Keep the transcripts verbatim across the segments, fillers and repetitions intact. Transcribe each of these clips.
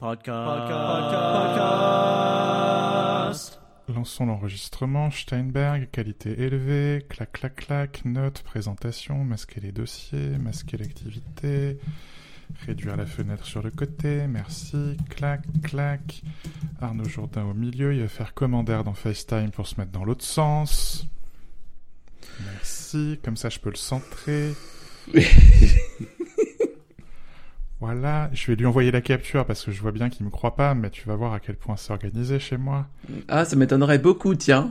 Podcast. Podcast. Lançons l'enregistrement. Steinberg, qualité élevée, clac clac clac, notes, présentation, masquer les dossiers, masquer l'activité, réduire la fenêtre sur le côté, merci, clac clac. Arnaud Jourdain au milieu, il va faire commandaire dans FaceTime pour se mettre dans l'autre sens. Merci, comme ça je peux le centrer. Voilà, je vais lui envoyer la capture parce que je vois bien qu'il me croit pas, mais tu vas voir à quel point c'est organisé chez moi. Ah, ça m'étonnerait beaucoup, tiens.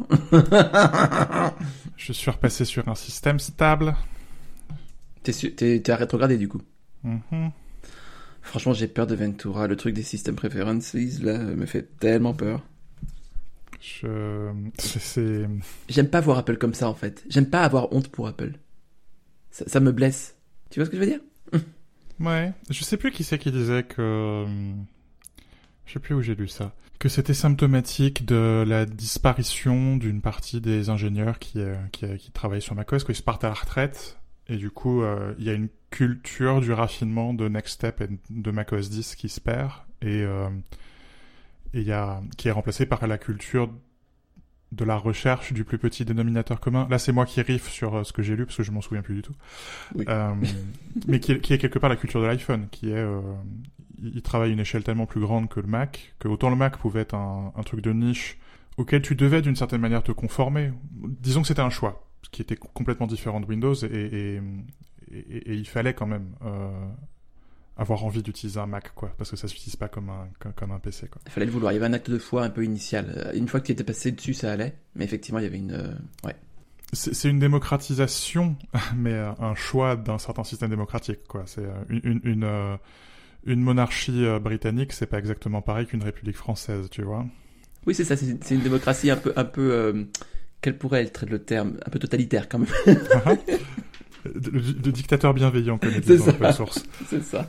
Je suis repassé sur un système stable. T'es, su- t'es, t'es à rétrograder du coup. Mm-hmm. Franchement, j'ai peur de Ventura. Le truc des system preferences, là, me fait tellement peur. Je... C'est, c'est... J'aime pas voir Apple comme ça, en fait. J'aime pas avoir honte pour Apple. Ça, ça me blesse. Tu vois ce que je veux dire? Ouais, je sais plus qui c'est qui disait que... Je sais plus où j'ai lu ça. Que c'était symptomatique de la disparition d'une partie des ingénieurs qui, euh, qui, euh, qui travaillent sur macOS, qu'ils se partent à la retraite. Et du coup, euh, il y a une culture du raffinement de Next Step et de macOS dix qui se perd. Et euh, et il y a, qui est remplacée par la culture de la recherche du plus petit dénominateur commun. Là, c'est moi qui riff sur euh, ce que j'ai lu, parce que je m'en souviens plus du tout. Oui. Euh, mais qui est, qui est quelque part la culture de l'iPhone, qui est... Euh, il travaille à une échelle tellement plus grande que le Mac, que autant le Mac pouvait être un, un truc de niche auquel tu devais d'une certaine manière te conformer. Disons que c'était un choix, ce qui était complètement différent de Windows, et, et, et, et, et il fallait quand même... Euh, avoir envie d'utiliser un Mac, quoi, parce que ça s'utilise pas comme un, comme, comme un P C, quoi. Il fallait le vouloir. Il y avait un acte de foi un peu initial. Une fois que tu étais passé dessus, ça allait. Mais effectivement, il y avait une... Euh... Ouais. C'est, c'est une démocratisation, mais euh, un choix d'un certain système démocratique, quoi. C'est euh, une, une, une, euh, une monarchie euh, britannique, c'est pas exactement pareil qu'une république française, tu vois. Oui, c'est ça. C'est, c'est une démocratie un peu... Un peu euh... Quel pourrait être le terme? Un peu totalitaire, quand même. Le, le dictateur bienveillant, comme dit dans Open Source. C'est ça.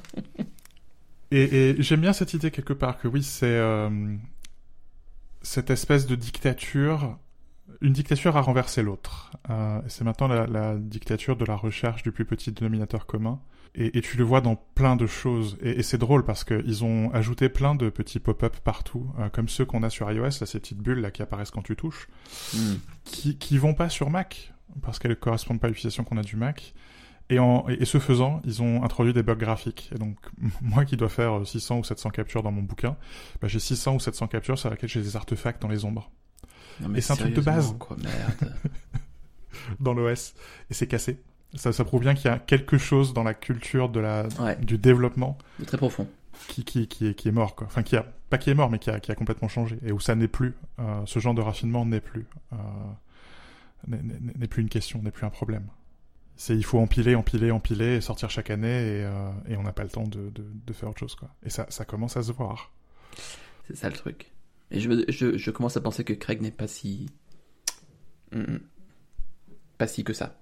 Et, et j'aime bien cette idée quelque part que oui, c'est euh, cette espèce de dictature, une dictature a renversé l'autre. Euh, c'est maintenant la, la dictature de la recherche du plus petit dénominateur commun. Et, et tu le vois dans plein de choses. Et, et c'est drôle parce qu'ils ont ajouté plein de petits pop-up partout, euh, comme ceux qu'on a sur iOS, là, ces petites bulles là qui apparaissent quand tu touches, mm. qui, qui vont pas sur Mac, parce qu'elles ne correspondent pas à l'utilisation qu'on a du Mac. Et, en, et, et ce faisant, ils ont introduit des bugs graphiques. Et donc, moi qui dois faire six cents ou sept cents captures dans mon bouquin, bah, j'ai six cents ou sept cents captures sur lesquelles j'ai des artefacts dans les ombres. Non, mais et c'est un truc de base. Quoi, merde. Dans l'O S. Et c'est cassé. Ça, ça prouve bien qu'il y a quelque chose dans la culture de la, ouais. du développement. De très profond. Qui, qui, qui, est, qui est mort, quoi. Enfin, qui a, pas qui est mort, mais qui a, qui a complètement changé. Et où ça n'est plus. Euh, ce genre de raffinement n'est plus. Euh, n'est, n'est, n'est plus une question, n'est plus un problème. C'est, il faut empiler, empiler, empiler, et sortir chaque année, et, euh, et on n'a pas le temps de, de, de faire autre chose, quoi. Et ça, ça commence à se voir. C'est ça le truc. Et je, je, je commence à penser que Craig n'est pas si... Mmh. Pas si que ça.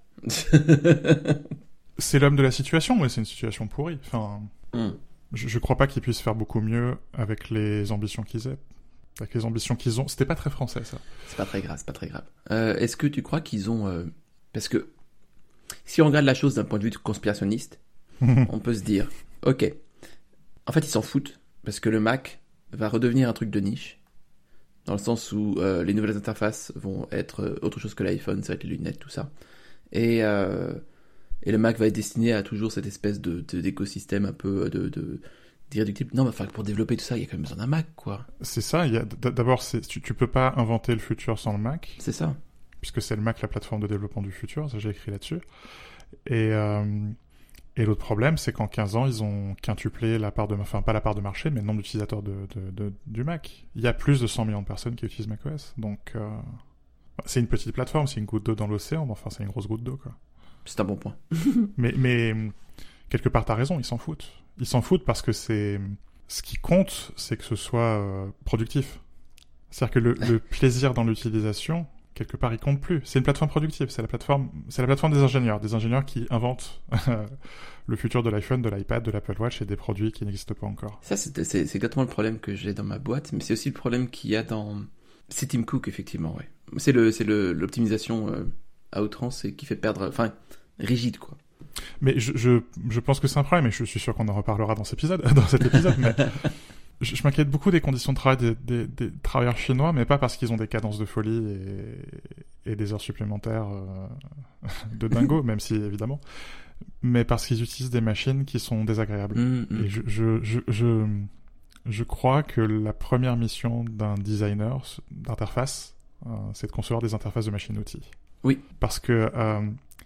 C'est l'homme de la situation, mais c'est une situation pourrie. Enfin, mm. je, je crois pas qu'ils puissent faire beaucoup mieux avec les ambitions qu'ils aient. Avec les ambitions qu'ils ont. C'était pas très français, ça. C'est pas très grave, c'est pas très grave. Euh, est-ce que tu crois qu'ils ont... Euh... Parce que, si on regarde la chose d'un point de vue conspirationniste, on peut se dire, ok, en fait, ils s'en foutent, parce que le Mac va redevenir un truc de niche, dans le sens où euh, les nouvelles interfaces vont être euh, autre chose que l'iPhone, ça va être les lunettes, tout ça. Et, euh, et le Mac va être destiné à toujours cette espèce de, de, d'écosystème un peu de, de, d'irréductible. Non, mais enfin, pour développer tout ça, il y a quand même besoin d'un Mac, quoi. C'est ça, il y a, d'abord, c'est, tu, tu peux pas inventer le futur sans le Mac. C'est ça. Puisque c'est le Mac, la plateforme de développement du futur, ça j'ai écrit là-dessus. Et, euh, et l'autre problème, c'est qu'en quinze ans, ils ont quintuplé la part de, enfin pas la part de marché, mais le nombre d'utilisateurs de, de, de, du Mac. Il y a plus de cent millions de personnes qui utilisent macOS, donc euh, c'est une petite plateforme, c'est une goutte d'eau dans l'océan, mais enfin c'est une grosse goutte d'eau, quoi. C'est un bon point. mais, mais quelque part, t'as raison, ils s'en foutent. Ils s'en foutent parce que c'est ce qui compte, c'est que ce soit euh, productif. C'est-à-dire que le, le plaisir dans l'utilisation, quelque part, il compte plus. C'est une plateforme productive. C'est la plateforme, c'est la plateforme des ingénieurs, des ingénieurs qui inventent le futur de l'iPhone, de l'iPad, de l'Apple Watch et des produits qui n'existent pas encore. Ça, c'est, c'est, c'est exactement le problème que j'ai dans ma boîte, mais c'est aussi le problème qu'il y a dans... C'est Tim Cook, effectivement, ouais. C'est le, c'est le, l'optimisation euh, à outrance et qui fait perdre... Enfin, rigide, quoi. Mais je, je, je pense que c'est un problème, et je suis sûr qu'on en reparlera dans cet épisode, dans cet épisode, mais Je, je m'inquiète beaucoup des conditions de travail des, des, des travailleurs chinois, mais pas parce qu'ils ont des cadences de folie et, et des heures supplémentaires euh, de dingo, même si évidemment, mais parce qu'ils utilisent des machines qui sont désagréables. Mmh, mmh. Et je, je, je, je, je crois que la première mission d'un designer d'interface, euh, c'est de concevoir des interfaces de machines-outils. Oui. Parce que euh,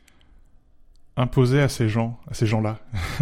imposer à ces gens, à ces gens-là,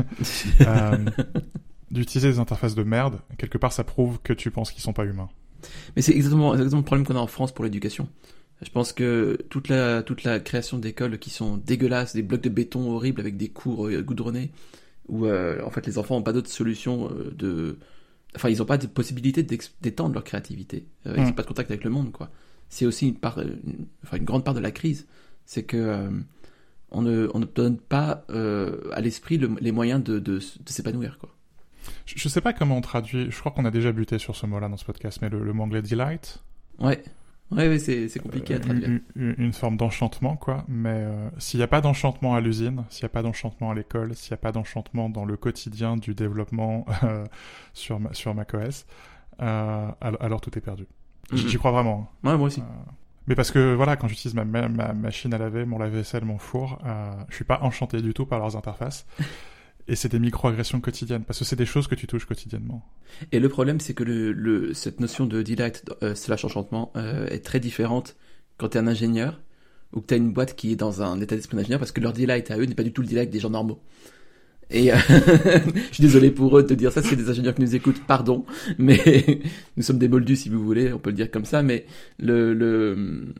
euh, d'utiliser des interfaces de merde, quelque part, ça prouve que tu penses qu'ils sont pas humains. Mais c'est exactement, exactement le problème qu'on a en France pour l'éducation. Je pense que toute la, toute la création d'écoles qui sont dégueulasses, des blocs de béton horribles avec des cours euh, goudronnés, où euh, en fait les enfants n'ont pas d'autre solution euh, de... Enfin, ils n'ont pas de possibilité d'étendre leur créativité. Euh, ils n'ont Mm. pas de contact avec le monde, quoi. C'est aussi une part, une, enfin une grande part de la crise. C'est que euh, on ne, on ne donne pas euh, à l'esprit le, les moyens de, de, de s'épanouir, quoi. Je, je sais pas comment on traduit, je crois qu'on a déjà buté sur ce mot-là dans ce podcast, mais le, le mot anglais delight, Ouais, ouais, ouais c'est, c'est compliqué à traduire. une, une, une forme d'enchantement, quoi. Mais euh, s'il n'y a pas d'enchantement à l'usine, s'il n'y a pas d'enchantement à l'école, s'il n'y a pas d'enchantement dans le quotidien du développement euh, sur, ma, sur macOS, euh, alors, alors tout est perdu. Mhm. J'y crois vraiment. Ouais, moi aussi. Euh, mais parce que voilà, quand j'utilise ma, ma, ma machine à laver, mon lave-vaisselle, mon four, euh, je suis pas enchanté du tout par leurs interfaces. Et c'est des micro-agressions quotidiennes, parce que c'est des choses que tu touches quotidiennement. Et le problème, c'est que le, le, cette notion de delight euh, slash enchantement euh, est très différente quand t'es un ingénieur ou que t'as une boîte qui est dans un état d'esprit d'ingénieur, parce que leur delight à eux n'est pas du tout le delight des gens normaux. Et euh, je suis désolé pour eux de te dire ça, c'est des ingénieurs qui nous écoutent, pardon, mais nous sommes des moldus si vous voulez, on peut le dire comme ça, mais le le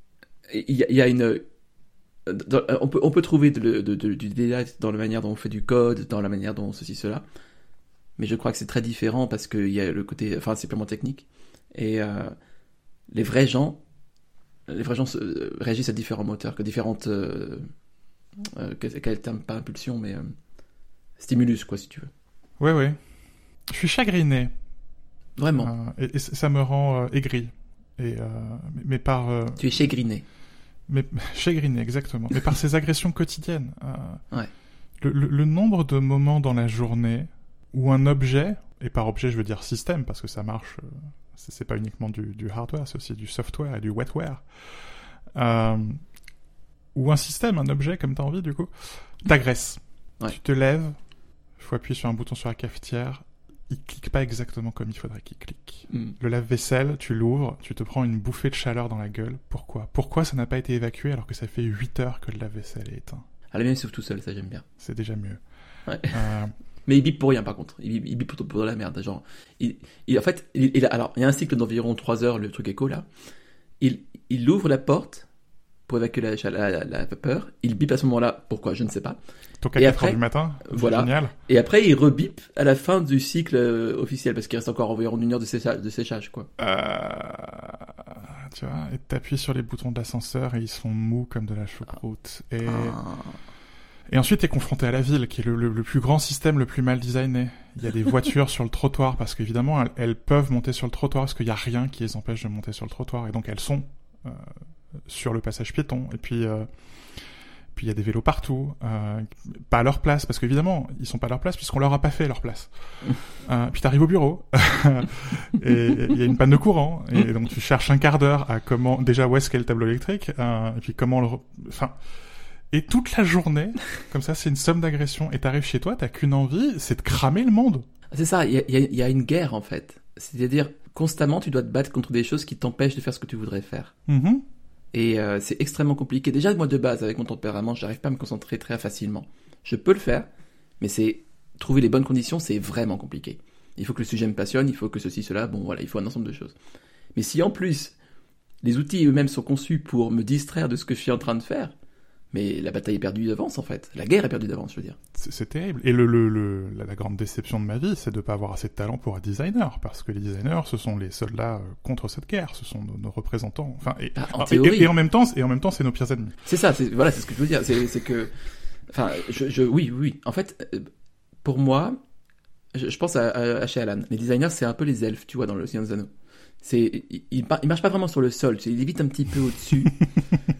il y a, il y a une dans, on peut on peut trouver de, de, de, du delight dans la manière dont on fait du code, dans la manière dont ceci cela, mais je crois que c'est très différent parce qu'il y a le côté, enfin c'est purement technique, et euh, les vrais gens les vrais gens se, réagissent à différents moteurs, que différentes euh, euh, quel terme, pas impulsion, mais euh, stimulus, quoi, si tu veux. Ouais, ouais. Je suis chagriné. Vraiment. Euh, et, et ça me rend euh, aigri. Et, euh, mais par... Euh, tu es chagriné. Mais, chagriné, exactement. Mais par ces agressions quotidiennes. Euh, ouais. Le, le, le nombre de moments dans la journée où un objet, et par objet je veux dire système, parce que ça marche, euh, c'est, c'est pas uniquement du, du hardware, c'est aussi du software et du wetware, euh, où un système, un objet, comme t'as envie du coup, t'agresse. Ouais. Tu te lèves, il faut appuyer sur un bouton sur la cafetière, il clique pas exactement comme il faudrait qu'il clique. Mm. Le lave-vaisselle, tu l'ouvres, tu te prends une bouffée de chaleur dans la gueule. Pourquoi ? Pourquoi ça n'a pas été évacué alors que ça fait huit heures que le lave-vaisselle est éteint ? Ah, la mienne s'ouvre tout seul, ça j'aime bien. C'est déjà mieux. Ouais. Euh... Mais il bip pour rien par contre. Il bip, il bip pour, pour de la merde. Genre, il, il, en fait, il, il a, alors il y a un cycle d'environ trois heures, le truc écho là. Il, il ouvre la porte pour évacuer la, la, la, la vapeur. Il bip à ce moment-là. Pourquoi ? Je ne sais pas. Donc à quatre heures du matin, voilà. Génial. Et après, il rebip à la fin du cycle euh, officiel parce qu'il reste encore environ une heure de séchage, de séchage quoi. Euh... Tu vois, et t'appuies sur les boutons de l'ascenseur et ils sont mous comme de la choucroute. Et... Ah. Et ensuite, t'es confronté à la ville, qui est le, le, le plus grand système, le plus mal designé. Il y a des voitures sur le trottoir, parce qu'évidemment, elles, elles peuvent monter sur le trottoir, parce qu'il n'y a rien qui les empêche de monter sur le trottoir. Et donc, elles sont euh, sur le passage piéton. Et puis, euh, puis il y a des vélos partout, euh, pas à leur place, parce qu'évidemment, ils sont pas à leur place, puisqu'on leur a pas fait leur place. euh, puis t'arrives au bureau, et il y a une panne de courant, et donc tu cherches un quart d'heure à comment... Déjà, où est-ce qu'est le tableau électrique, euh, et puis comment le... Enfin... Et toute la journée, comme ça, c'est une somme d'agressions. Et t'arrives chez toi, t'as qu'une envie, c'est de cramer le monde. C'est ça, il y a, y, a, y a une guerre, en fait. C'est-à-dire, constamment, tu dois te battre contre des choses qui t'empêchent de faire ce que tu voudrais faire. Mm-hmm. Et euh, c'est extrêmement compliqué. Déjà, moi, de base, avec mon tempérament, j'arrive pas à me concentrer très facilement. Je peux le faire, mais c'est... Trouver les bonnes conditions, c'est vraiment compliqué. Il faut que le sujet me passionne, il faut que ceci, cela... Bon, voilà, il faut un ensemble de choses. Mais si, en plus, les outils eux-mêmes sont conçus pour me distraire de ce que je suis en train de faire... Mais la bataille est perdue d'avance, en fait. La guerre est perdue d'avance, je veux dire. C'est, c'est terrible. Et le, le, le, la, la grande déception de ma vie, c'est de ne pas avoir assez de talent pour un designer. Parce que les designers, ce sont les soldats contre cette guerre. Ce sont nos, nos représentants. Enfin, et, ah, en et, théorie. Et, et en même temps, et en même temps, c'est nos pires ennemis. C'est ça. C'est, voilà, c'est ce que je veux dire. C'est, c'est que, enfin, je, je, oui, oui. En fait, pour moi, je, je pense à, à, à chez Alan. Les designers, c'est un peu les elfes, tu vois, dans le Seigneur des Anneaux. C'est, ils, ils marchent pas vraiment sur le sol. Ils évitent un petit peu au-dessus.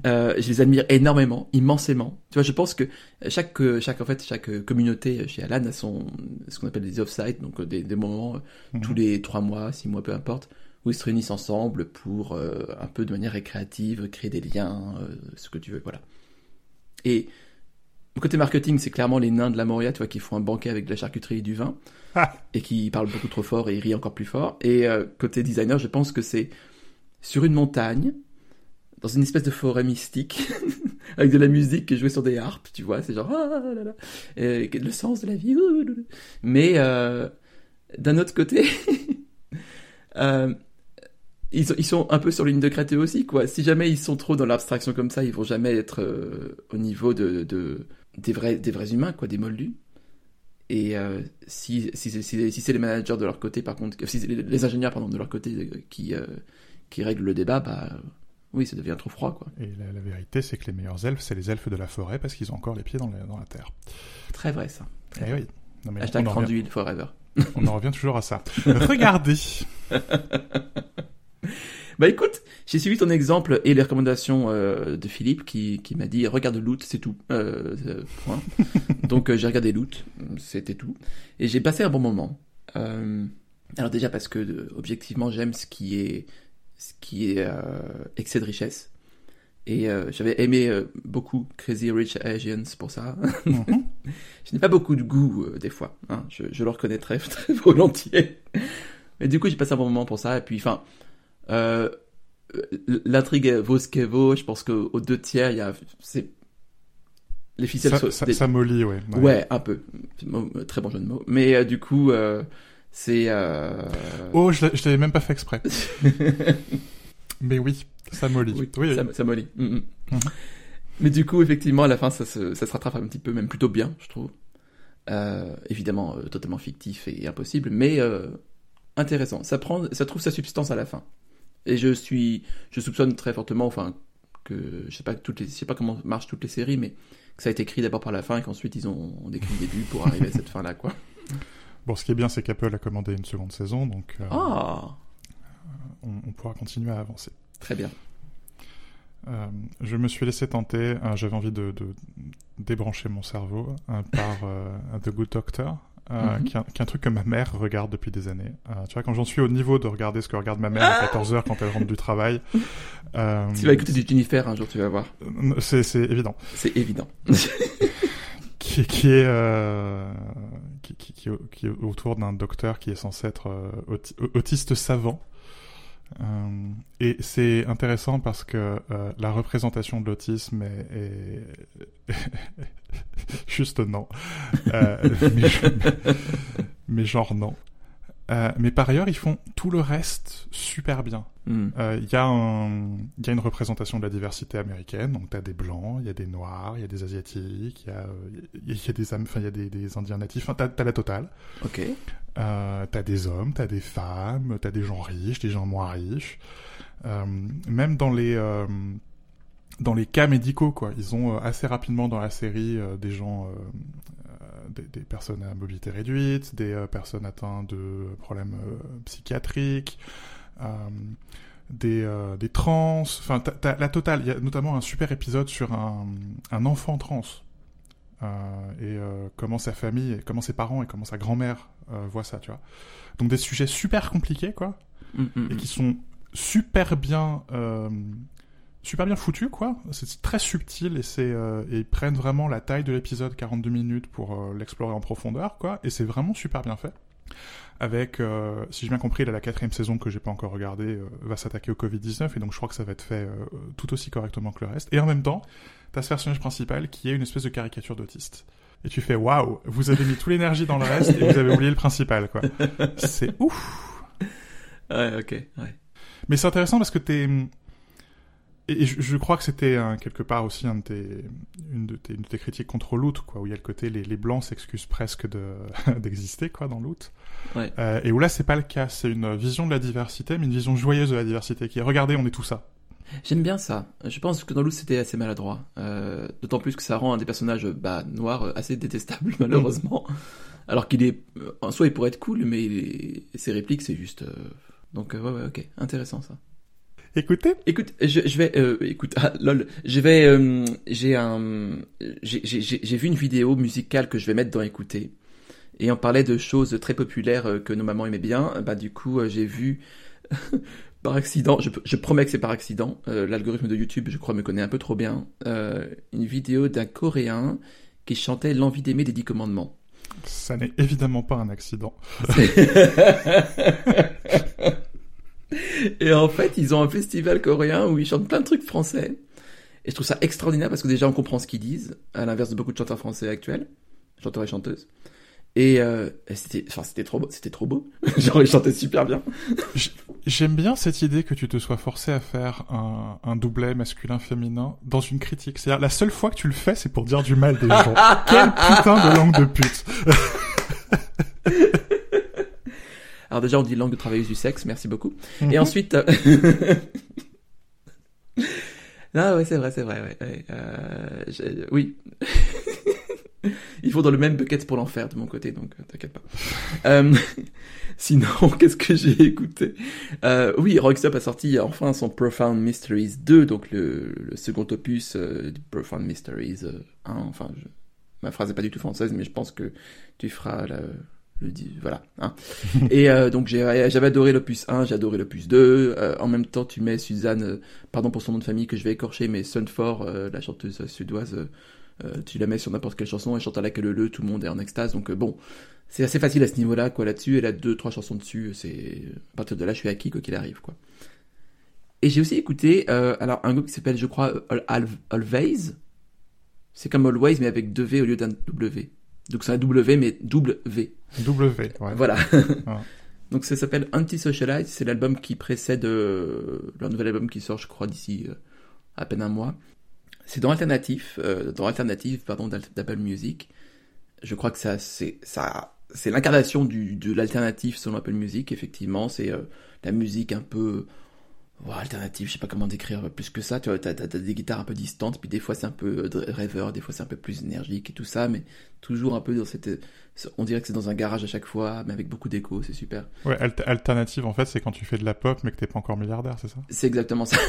Euh, je les admire énormément, immensément. Tu vois, je pense que chaque, chaque, en fait, chaque communauté chez Alan a son, ce qu'on appelle des off-sites, donc des, des moments mm-hmm. tous les trois mois, six mois, peu importe, où ils se réunissent ensemble pour euh, un peu de manière récréative, créer des liens, euh, ce que tu veux, voilà. Et le côté marketing, c'est clairement les nains de la Moria, tu vois, qui font un banquet avec de la charcuterie et du vin, ah. et qui parlent beaucoup trop fort et ils rient encore plus fort. Et euh, côté designer, je pense que c'est sur une montagne, dans une espèce de forêt mystique, avec de la musique qui est jouée sur des harpes, tu vois, c'est genre, ah là là, et le sens de la vie, mais euh, d'un autre côté, euh, ils, sont, ils sont un peu sur ligne de crête eux aussi, quoi. Si jamais ils sont trop dans l'abstraction comme ça, ils vont jamais être euh, au niveau de, de, des, vrais, des vrais humains, quoi, des moldus. Et euh, si, si, si, si, si c'est les managers de leur côté, par contre, si c'est les, les ingénieurs, pardon, de leur côté qui, euh, qui règlent le débat, bah... oui, ça devient trop froid, quoi. Et la, la vérité, c'est que les meilleurs elfes, c'est les elfes de la forêt, parce qu'ils ont encore les pieds dans la, dans la terre. Très vrai, ça. Très et vrai. Oui. Non, mais hashtag Thranduil forever. On en revient toujours à ça. Regardez. Bah écoute, j'ai suivi ton exemple et les recommandations euh, de Philippe, qui, qui m'a dit, regarde Loot, c'est tout. Euh, euh, point. Donc euh, j'ai regardé Loot, c'était tout. Et j'ai passé un bon moment. Euh, alors déjà parce que, euh, objectivement, j'aime ce qui est... ce qui est euh, excès de richesse. Et euh, j'avais aimé euh, beaucoup Crazy Rich Asians pour ça. Mm-hmm. Je n'ai pas beaucoup de goût, euh, des fois. Hein. Je, je le reconnais très, très volontiers. Mais du coup, j'ai passé un bon moment pour ça. Et puis, enfin, euh, l'intrigue vaut ce qu'elle vaut. Je pense qu'aux deux tiers, il y a... C'est... Les ficelles... Ça, sont... ça, des... ça mollit, ouais. ouais. Ouais, un peu. Très bon jeu de mots. Mais euh, du coup... Euh... C'est... Euh... Oh, je l'avais même pas fait exprès. Mais oui, ça mollit. Oui, oui, ça, oui. ça mollit. Mm-hmm. Mm-hmm. Mais du coup, effectivement, à la fin, ça se, ça se rattrape un petit peu, même plutôt bien, je trouve. Euh, évidemment, euh, totalement fictif et impossible, mais euh, intéressant. Ça prend, ça trouve sa substance à la fin. Et je suis... Je soupçonne très fortement, enfin, que... Je sais pas, toutes les, je sais pas comment marchent toutes les séries, mais que ça a été écrit d'abord par la fin et qu'ensuite, ils ont, ont décrit le début pour arriver à cette fin-là, quoi. Bon, ce qui est bien, c'est qu'Apple a commandé une seconde saison, donc euh, oh. on, on pourra continuer à avancer. Très bien. Euh, je me suis laissé tenter, euh, j'avais envie de, de débrancher mon cerveau euh, par euh, The Good Doctor, euh, mm-hmm. qui, est, qui est un truc que ma mère regarde depuis des années. Euh, tu vois, quand j'en suis au niveau de regarder ce que regarde ma mère à quatorze heures quand elle rentre du travail... Euh, tu vas écouter du Jennifer un jour, tu vas voir. C'est, c'est évident. C'est évident. qui, qui est... Euh... Qui, qui, qui, qui est autour d'un docteur qui est censé être euh, auti- autiste savant. Euh, et c'est intéressant parce que euh, la représentation de l'autisme est... est... Juste non. Euh, mais, mais genre non. Euh, mais par ailleurs, ils font tout le reste super bien. Il mm. euh, y, y a une représentation de la diversité américaine, donc t'as des blancs, il y a des noirs, il y a des asiatiques, il y a, y, y a des, enfin il y a des, des indiens natifs, enfin t'as, t'as la totale. Ok. Euh, t'as des hommes, t'as des femmes, t'as des gens riches, des gens moins riches. Euh, même dans les euh, dans les cas médicaux, quoi, ils ont euh, assez rapidement dans la série euh, des gens. Euh, Des, des personnes à mobilité réduite, des euh, personnes atteintes de problèmes euh, psychiatriques, euh, des, euh, des trans, enfin t'as, t'as la totale. Il y a notamment un super épisode sur un, un enfant trans euh, et euh, comment sa famille, et comment ses parents et comment sa grand-mère euh, voient ça, tu vois. Donc des sujets super compliqués, quoi, mm-hmm. et qui sont super bien... Euh, super bien foutu, quoi. C'est très subtil et c'est euh, et ils prennent vraiment la taille de l'épisode, quarante-deux minutes, pour euh, l'explorer en profondeur, quoi. Et c'est vraiment super bien fait. Avec, euh, si j'ai bien compris, là, la quatrième saison que j'ai pas encore regardée euh, va s'attaquer au covid dix-neuf et donc je crois que ça va être fait euh, tout aussi correctement que le reste. Et en même temps, t'as ce personnage principal qui est une espèce de caricature d'autiste. Et tu fais waouh, vous avez mis toute l'énergie dans le reste et vous avez oublié le principal, quoi. C'est ouf. Ouais, ok, ouais. Mais c'est intéressant parce que t'es Et je, je crois que c'était un, quelque part aussi un de tes, une, de tes, une de tes critiques contre Loot, quoi, où il y a le côté les, les blancs s'excusent presque de, d'exister, quoi, dans Loot. Ouais. Euh, et où là, c'est pas le cas. C'est une vision de la diversité, mais une vision joyeuse de la diversité, qui est regardez, on est tout ça. J'aime bien ça. Je pense que dans Loot, c'était assez maladroit. Euh, d'autant plus que ça rend un des personnages bah, noirs assez détestable, malheureusement. Alors qu'il est. En soi, il pourrait être cool, mais il est... ses répliques, c'est juste. Euh... Donc, euh, ouais, ouais, ok. Intéressant ça. Écoutez. Écoute, je, je vais, euh, écoute, ah, lol, je vais, euh, j'ai un, j'ai, j'ai, j'ai vu une vidéo musicale que je vais mettre dans écouter, et on parlait de choses très populaires euh, que nos mamans aimaient bien. Bah du coup, euh, j'ai vu par accident, je, je promets que c'est par accident, euh, l'algorithme de YouTube, je crois, me connaît un peu trop bien, euh, une vidéo d'un Coréen qui chantait l'envie d'aimer des dix commandements. Ça n'est évidemment pas un accident. Et en fait, ils ont un festival coréen où ils chantent plein de trucs français. Et je trouve ça extraordinaire parce que déjà, on comprend ce qu'ils disent, à l'inverse de beaucoup de chanteurs français actuels, chanteurs et chanteuses. Et, euh, et c'était, enfin, c'était trop beau, c'était trop beau. Genre, ils chantaient super bien. J'aime bien cette idée que tu te sois forcé à faire un, un doublet masculin-féminin dans une critique. C'est-à-dire, la seule fois que tu le fais, c'est pour dire du mal des gens. Quel putain de langue de pute. Alors déjà, on dit langue de travailleuse du sexe, merci beaucoup. Mm-hmm. Et ensuite... Euh... non, ouais, c'est vrai, c'est vrai, ouais. ouais. Euh, j'ai... Oui. Ils vont dans le même bucket pour l'enfer de mon côté, donc euh, t'inquiète pas. euh, sinon, qu'est-ce que j'ai écouté euh, Oui, Rockstop a sorti enfin son Profound Mysteries deux, donc le, le second opus euh, du Profound Mysteries euh, un. Enfin, je... ma phrase est pas du tout française, mais je pense que tu feras la... le voilà. Hein. Et euh, donc j'ai, j'avais adoré l'opus un, j'ai adoré l'opus deux. Euh, en même temps, tu mets Suzanne, euh, pardon pour son nom de famille que je vais écorcher, mais Sunfort, euh, la chanteuse suédoise, euh, Euh, tu la mets sur n'importe quelle chanson, elle chante à la queue leu, tout le monde est en extase, donc euh, bon, c'est assez facile à ce niveau-là, quoi, là-dessus, elle a deux, trois chansons dessus, c'est, à partir de là, je suis acquis, quoi qu'il arrive, quoi. Et j'ai aussi écouté, euh, alors, un groupe qui s'appelle, je crois, Al- Always, c'est comme Always, mais avec deux V au lieu d'un W. Donc c'est un W, mais double V. W, ouais. Voilà. Ah. Donc ça s'appelle Antisocialite, c'est l'album qui précède euh, leur nouvel album qui sort, je crois, d'ici euh, à peine un mois. C'est dans Alternative, euh, dans Alternative, pardon, d'Apple Music. Je crois que ça, c'est, ça, c'est l'incarnation du, de l'alternative selon Apple Music. Effectivement, c'est euh, la musique un peu oh, alternative. Je sais pas comment décrire plus que ça. Tu vois, t'as, t'as, t'as des guitares un peu distantes, puis des fois c'est un peu rêveur, des fois c'est un peu plus énergique et tout ça, mais toujours un peu dans cette, on dirait que c'est dans un garage à chaque fois, mais avec beaucoup d'écho. C'est super. Ouais, alter- alternative en fait, c'est quand tu fais de la pop, mais que t'es pas encore milliardaire, c'est ça? C'est exactement ça.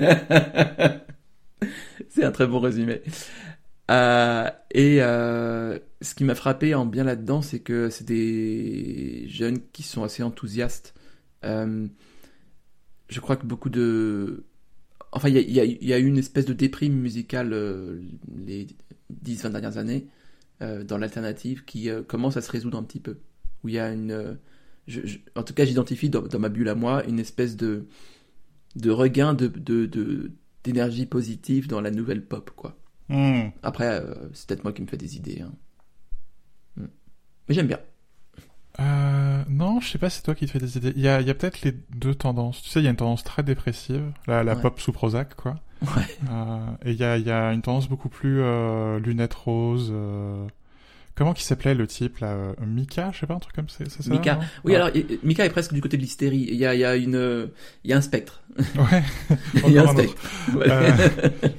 C'est un très bon résumé. Euh, et euh, ce qui m'a frappé en bien là-dedans, c'est que c'est des jeunes qui sont assez enthousiastes. Euh, je crois que beaucoup de... Enfin, il y a, y, a, y a eu une espèce de déprime musicale euh, les dix vingt dernières années euh, dans l'alternative qui euh, commence à se résoudre un petit peu. Où il y a une... Euh, je, je, en tout cas, j'identifie dans, dans ma bulle à moi une espèce de, de regain de... de, de d'énergie positive dans la nouvelle pop, quoi. Mm. Après, euh, c'est peut-être moi qui me fais des idées. Hein. Mm. Mais j'aime bien. Euh, non, je sais pas si c'est toi qui te fais des idées. Il y a, il y a peut-être les deux tendances. Tu sais, il y a une tendance très dépressive, la, la Ouais. pop sous Prozac, quoi. Ouais. Euh, et il y a, il y a une tendance beaucoup plus euh, lunettes roses. Euh... Comment qu'il s'appelait le type là euh, Mika, je sais pas, un truc comme ça. C'est ça Mika. non Oui, ouais. alors et- Mika est presque du côté de l'hystérie. Il y a, il y a une, euh, il y a un spectre. Ouais. Il y a un Encore un spectre. Ouais. Euh,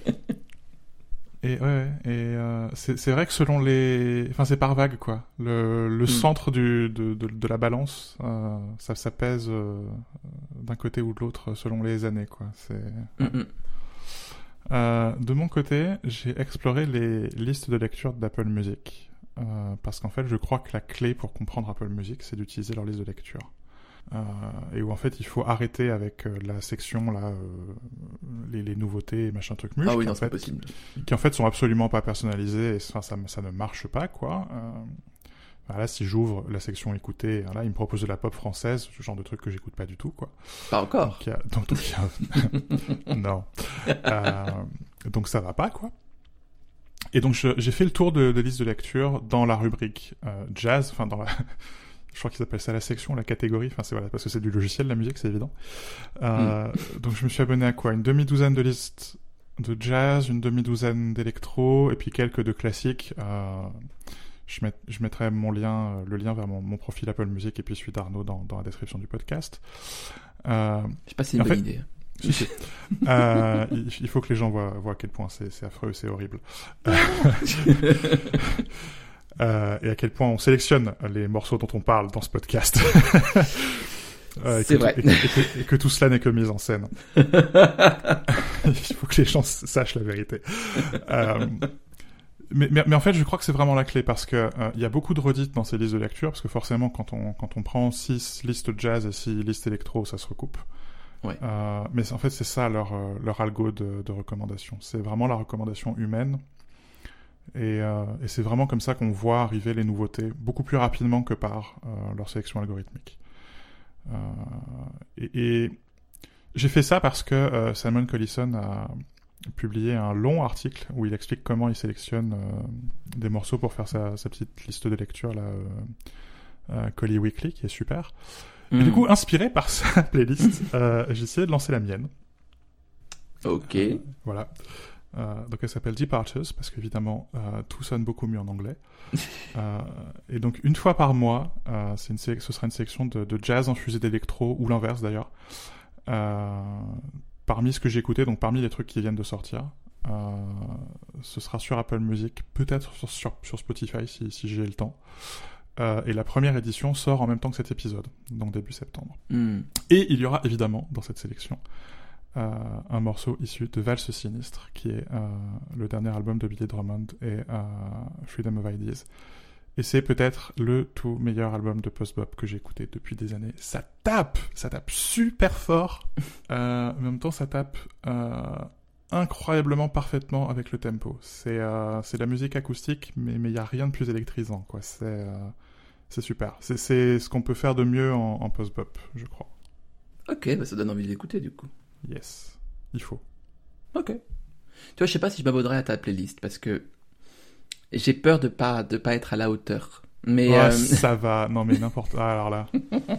Et ouais, ouais, et euh, c'est c'est vrai que selon les, enfin c'est par vague quoi. Le le Mm. centre du de de, de la balance, euh, ça ça pèse euh, d'un côté ou de l'autre selon les années quoi. C'est. Mm, mm. Euh, de mon côté, j'ai exploré les listes de lecture d'Apple Music euh, parce qu'en fait, je crois que la clé pour comprendre Apple Music, c'est d'utiliser leur liste de lecture. Euh, et où en fait il faut arrêter avec euh, la section là euh, les, les nouveautés et machin truc muche Ah oui, qui, non, en c'est pas fait, possible. qui en fait sont absolument pas personnalisées et ça, ça, ça ne marche pas quoi. Euh, voilà, si j'ouvre la section écouter, là il me propose de la pop française, ce genre de truc que j'écoute pas du tout quoi. Pas encore. Donc, il y a... donc, donc, il y a... non. Euh, donc ça va pas quoi. Et donc je, j'ai fait le tour de, de liste de lecture dans la rubrique euh, jazz, enfin dans la je crois qu'ils appellent ça la section, la catégorie, enfin c'est voilà, parce que c'est du logiciel, la musique, c'est évident. Euh, mm. Donc je me suis abonné à quoi? Une demi-douzaine de listes de jazz, une demi-douzaine d'électro, et puis quelques de classiques. Euh, je, met, je mettrai mon lien, le lien vers mon, mon profil Apple Music et puis celui d'Arnaud dans, dans la description du podcast. Euh, Je sais pas si c'est une bonne fait, idée. Si, si. euh, il, il faut que les gens voient, voient à quel point c'est, c'est affreux, c'est horrible. Euh, et à quel point on sélectionne les morceaux dont on parle dans ce podcast. Euh, et C'est que, vrai. Et que, et, que, et que tout cela n'est que mise en scène. Il faut que les gens sachent la vérité. Euh, mais, mais, mais en fait, je crois que c'est vraiment la clé parce que euh, il y a beaucoup de redites dans ces listes de lecture parce que forcément, quand on quand on prend six listes jazz et six listes électro, ça se recoupe. Ouais. Euh, mais en fait, c'est ça leur leur algo de, de recommandation. C'est vraiment la recommandation humaine. Et, euh, et c'est vraiment comme ça qu'on voit arriver les nouveautés beaucoup plus rapidement que par euh, leur sélection algorithmique. Euh, et, et j'ai fait ça parce que euh, Simon Collison a publié un long article où il explique comment il sélectionne euh, des morceaux pour faire sa, sa petite liste de lecture, là, euh, euh, Collie Weekly, qui est super. Mm. Et du coup, inspiré par sa playlist, euh, j'ai essayé de lancer la mienne. Ok. Euh, voilà. Euh, donc elle s'appelle Departures parce qu'évidemment euh, tout sonne beaucoup mieux en anglais. euh, et donc une fois par mois, euh, c'est une sé- ce sera une sélection de, de jazz infusé d'électro ou l'inverse d'ailleurs. Euh, parmi ce que j'ai écouté, donc parmi les trucs qui viennent de sortir, euh, ce sera sur Apple Music, peut-être sur, sur, sur Spotify si, si j'ai le temps. Euh, et la première édition sort en même temps que cet épisode, donc début septembre. Mm. Et il y aura évidemment dans cette sélection Euh, un morceau issu de Valse Sinistre, qui est euh, le dernier album de Billy Drummond et euh, Freedom of Ideas. Et c'est peut-être le tout meilleur album de post-bop que j'ai écouté depuis des années. Ça tape, ça tape super fort. Euh, en même temps, ça tape euh, incroyablement parfaitement avec le tempo. C'est euh, c'est de la musique acoustique, mais mais il y a rien de plus électrisant, quoi. C'est euh, c'est super. C'est c'est ce qu'on peut faire de mieux en, en post-bop, je crois. Ok, bah ça donne envie d'écouter du coup. Yes, il faut. Ok. Tu vois, je sais pas si je m'abonnerai à ta playlist parce que j'ai peur de pas de pas être à la hauteur. Mais ouais, euh... ça va. Non mais n'importe. Ah, alors là.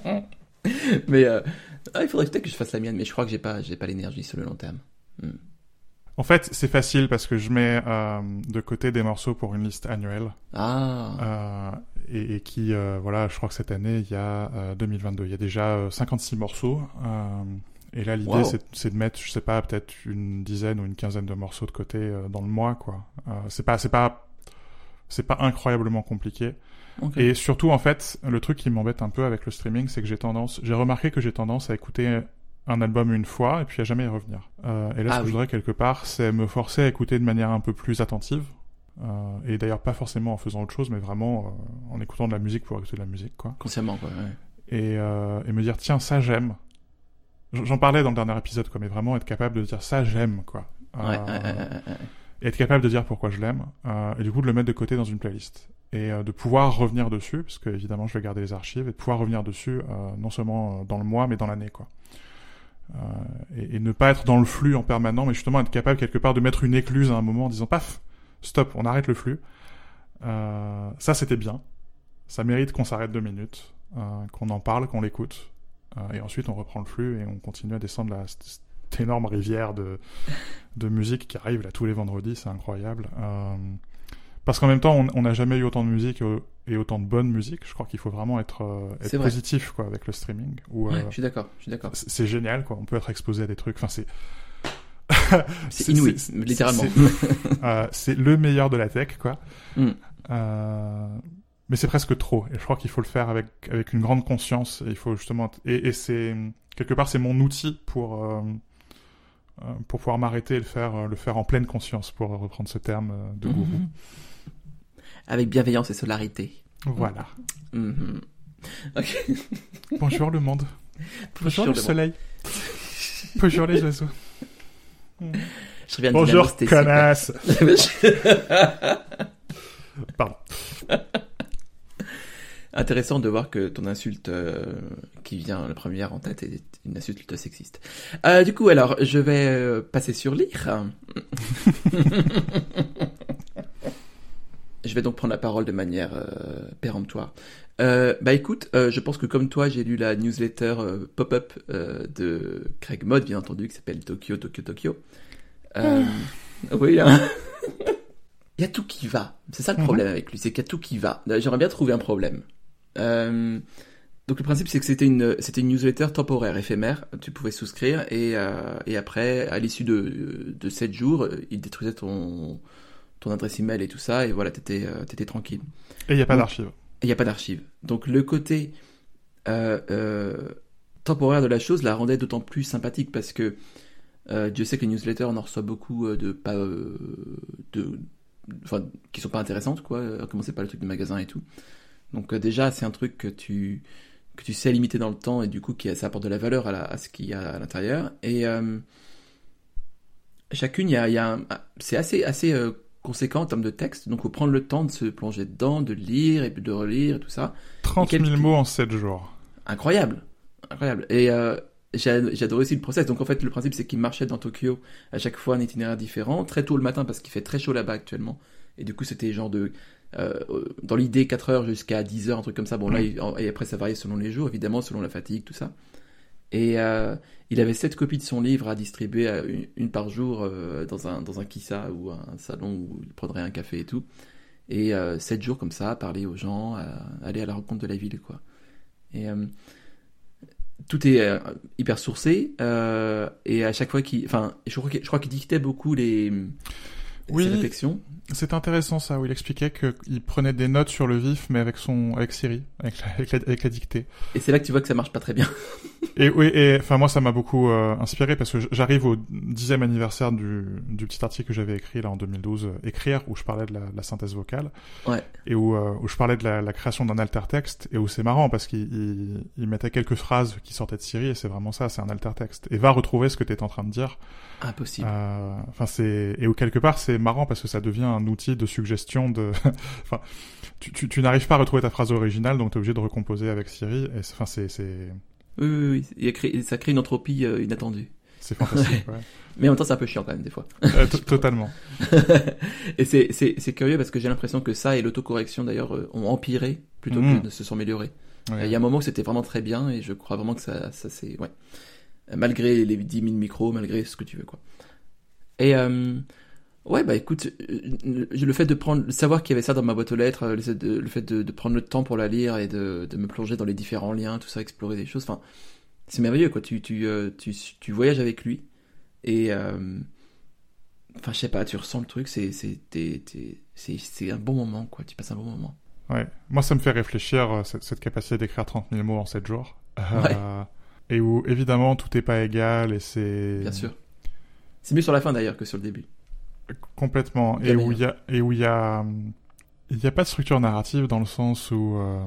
mais euh... ah, il faudrait peut-être que je fasse la mienne, mais je crois que j'ai pas j'ai pas l'énergie sur le long terme. Hmm. En fait, c'est facile parce que je mets euh, de côté des morceaux pour une liste annuelle. Ah. Euh, et, et qui, euh, voilà, je crois que cette année, il y a euh, deux mille vingt-deux, il y a déjà euh, cinquante-six morceaux. Euh, Et là, l'idée, wow. c'est, c'est de mettre, je sais pas, peut-être une dizaine ou une quinzaine de morceaux de côté euh, dans le mois, quoi. Euh, c'est pas, c'est pas, c'est pas incroyablement compliqué. Okay. Et surtout, en fait, le truc qui m'embête un peu avec le streaming, c'est que j'ai tendance, j'ai remarqué que j'ai tendance à écouter un album une fois et puis à jamais y revenir. Euh, et là, ah, ce que oui. je voudrais quelque part, c'est me forcer à écouter de manière un peu plus attentive. Euh, et d'ailleurs, pas forcément en faisant autre chose, mais vraiment euh, en écoutant de la musique pour écouter de la musique, quoi. Consciemment, quoi. Ouais. Et, euh, et me dire, tiens, ça j'aime. J'en parlais dans le dernier épisode, quoi, mais vraiment être capable de dire ça, j'aime, quoi. Ouais, euh, ouais, ouais, ouais, ouais. Et être capable de dire pourquoi je l'aime, euh, et du coup de le mettre de côté dans une playlist. Et euh, de pouvoir revenir dessus, parce que évidemment je vais garder les archives, et de pouvoir revenir dessus, euh, non seulement dans le mois, mais dans l'année, quoi. Euh, et, et ne pas être dans le flux en permanent, mais justement être capable quelque part de mettre une écluse à un moment en disant paf, stop, on arrête le flux. Euh, ça c'était bien. Ça mérite qu'on s'arrête deux minutes, euh, qu'on en parle, qu'on l'écoute. Euh, et ensuite, on reprend le flux et on continue à descendre la, cette, cette énorme rivière de, de musique qui arrive là tous les vendredis, c'est incroyable. Euh, parce qu'en même temps, on n'a jamais eu autant de musique et autant de bonne musique. Je crois qu'il faut vraiment être, euh, être positif, quoi, avec le streaming. Où, ouais, euh, je suis d'accord, je suis d'accord. C'est, c'est génial, quoi. On peut être exposé à des trucs. Enfin, c'est. c'est, c'est inouï, c'est, littéralement. C'est, euh, c'est le meilleur de la tech, quoi. Mm. Euh, mais c'est presque trop. Et je crois qu'il faut le faire avec avec une grande conscience. Et il faut justement et, et c'est quelque part c'est mon outil pour euh, pour pouvoir m'arrêter et le faire le faire en pleine conscience, pour reprendre ce terme de gourou. Mm-hmm. Avec bienveillance et solarité. Voilà. Mm-hmm. Ok. Bonjour le monde. Bonjour, Bonjour le, le soleil. Bonjour les oiseaux. Je reviens Bonjour connasse. Pardon. Intéressant de voir que ton insulte euh, qui vient la première en tête est une insulte sexiste. Euh, du coup, alors, je vais euh, passer sur lire. Je vais donc prendre la parole de manière euh, péremptoire. Euh, bah écoute, euh, je pense que comme toi, j'ai lu la newsletter euh, pop-up euh, de Craig Mod, bien entendu, qui s'appelle Tokyo, Tokyo, Tokyo. Euh, ah. Oui, hein. Il y a tout qui va. C'est ça le problème mm-hmm. avec lui, c'est qu'il y a tout qui va. J'aimerais bien trouver un problème. Euh, donc le principe, c'est que c'était une, c'était une newsletter temporaire, éphémère. Tu pouvais souscrire et, euh, et après, à l'issue de, de sept jours, il détruisait ton, ton adresse email et tout ça, et voilà, t'étais, euh, t'étais tranquille. Et il n'y a pas donc, d'archives. Et il n'y a pas d'archives. Donc le côté... Euh, euh, temporaire de la chose la rendait d'autant plus sympathique parce que euh, Dieu sait que les newsletters, on en reçoit beaucoup euh, de pas euh, de enfin qui sont pas intéressantes quoi, à commencer par le truc de magasin et tout. Donc euh, déjà c'est un truc que tu que tu sais limiter dans le temps et du coup qui ça apporte de la valeur à, la, à ce qu'il y a à l'intérieur et euh, chacune il y a il y a un, c'est assez assez euh, conséquent en termes de texte, donc il faut prendre le temps de se plonger dedans, de lire et puis de relire et tout ça. trente mille mots en sept jours. Incroyable, incroyable. Et euh, j'ai, j'ai adoré aussi le process. Donc en fait, le principe, c'est qu'il marchait dans Tokyo à chaque fois un itinéraire différent, très tôt le matin parce qu'il fait très chaud là-bas actuellement. Et du coup, c'était genre de... Euh, dans l'idée, quatre heures jusqu'à dix heures, un truc comme ça. Bon, là, il, et après, ça variait selon les jours, évidemment, selon la fatigue, tout ça. Et euh, il avait sept copies de son livre à distribuer, à une, une par jour, euh, dans un dans un kissa ou un salon où il prendrait un café et tout. Et euh, sept jours comme ça, à parler aux gens, à aller à la rencontre de la ville, quoi. Et euh, tout est euh, hyper sourcé. Euh, et à chaque fois qu'il... Enfin, je crois qu'il, je crois qu'il dictait beaucoup les... Oui, ses réflexions. C'est intéressant ça, où il expliquait qu'il prenait des notes sur le vif, mais avec son, avec Siri, avec la, avec la, avec la dictée. Et c'est là que tu vois que ça marche pas très bien. Et oui, et enfin moi ça m'a beaucoup euh, inspiré parce que j'arrive au dixième anniversaire du, du petit article que j'avais écrit là en deux mille douze, euh, écrire, où je parlais de la, la synthèse vocale, ouais. Et où, euh, où je parlais de la, la création d'un alter texte, et où c'est marrant parce qu'il il, il mettait quelques phrases qui sortaient de Siri, et c'est vraiment ça, c'est un alter texte. Et va retrouver ce que t'es en train de dire. Impossible. Enfin, euh, c'est et où quelque part c'est marrant parce que ça devient un outil de suggestion de. Enfin, tu, tu, tu n'arrives pas à retrouver ta phrase originale, donc t'es obligé de recomposer avec Siri. Et enfin, c'est c'est. Oui, oui, oui. Il a créé, ça crée une entropie euh, inattendue. C'est fantastique. Ouais. Mais en même temps, c'est un peu chiant quand même des fois. Euh, totalement. Et c'est c'est c'est curieux parce que j'ai l'impression que ça et l'autocorrection d'ailleurs euh, ont empiré plutôt mmh. que de se sont améliorés. Il ouais. y a un moment où c'était vraiment très bien et je crois vraiment que ça ça c'est ouais. Malgré les dix mille micros, malgré ce que tu veux, quoi. Et, euh, ouais, bah, écoute, le fait de prendre, de savoir qu'il y avait ça dans ma boîte aux lettres, le fait de, le fait de, de prendre le temps pour la lire et de, de me plonger dans les différents liens, tout ça, explorer des choses, enfin, c'est merveilleux, quoi. Tu, tu, euh, tu, tu voyages avec lui et, euh, enfin, je sais pas, tu ressens le truc, c'est, c'est, t'es, t'es, c'est, c'est un bon moment, quoi. Tu passes un bon moment. Ouais. Moi, ça me fait réfléchir, cette, cette capacité d'écrire trente mille mots en sept jours. Euh, ouais. Et où, évidemment, tout n'est pas égal et c'est... Bien sûr. C'est mieux sur la fin, d'ailleurs, que sur le début. Complètement. Bien et où il y a... Et où il y a... Il n'y a pas de structure narrative dans le sens où... Euh,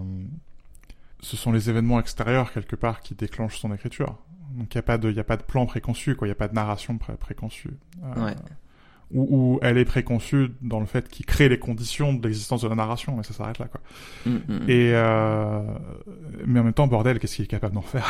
ce sont les événements extérieurs, quelque part, qui déclenchent son écriture. Donc, il n'y a pas de, il y a pas de plan préconçu, quoi. Il n'y a pas de narration pré- préconçue. Euh, ouais. Où, où elle est préconçue dans le fait qu'il crée les conditions de l'existence de la narration, mais ça s'arrête là, quoi. Mmh, mmh. Et euh... mais en même temps, bordel, qu'est-ce qu'il est capable d'en faire?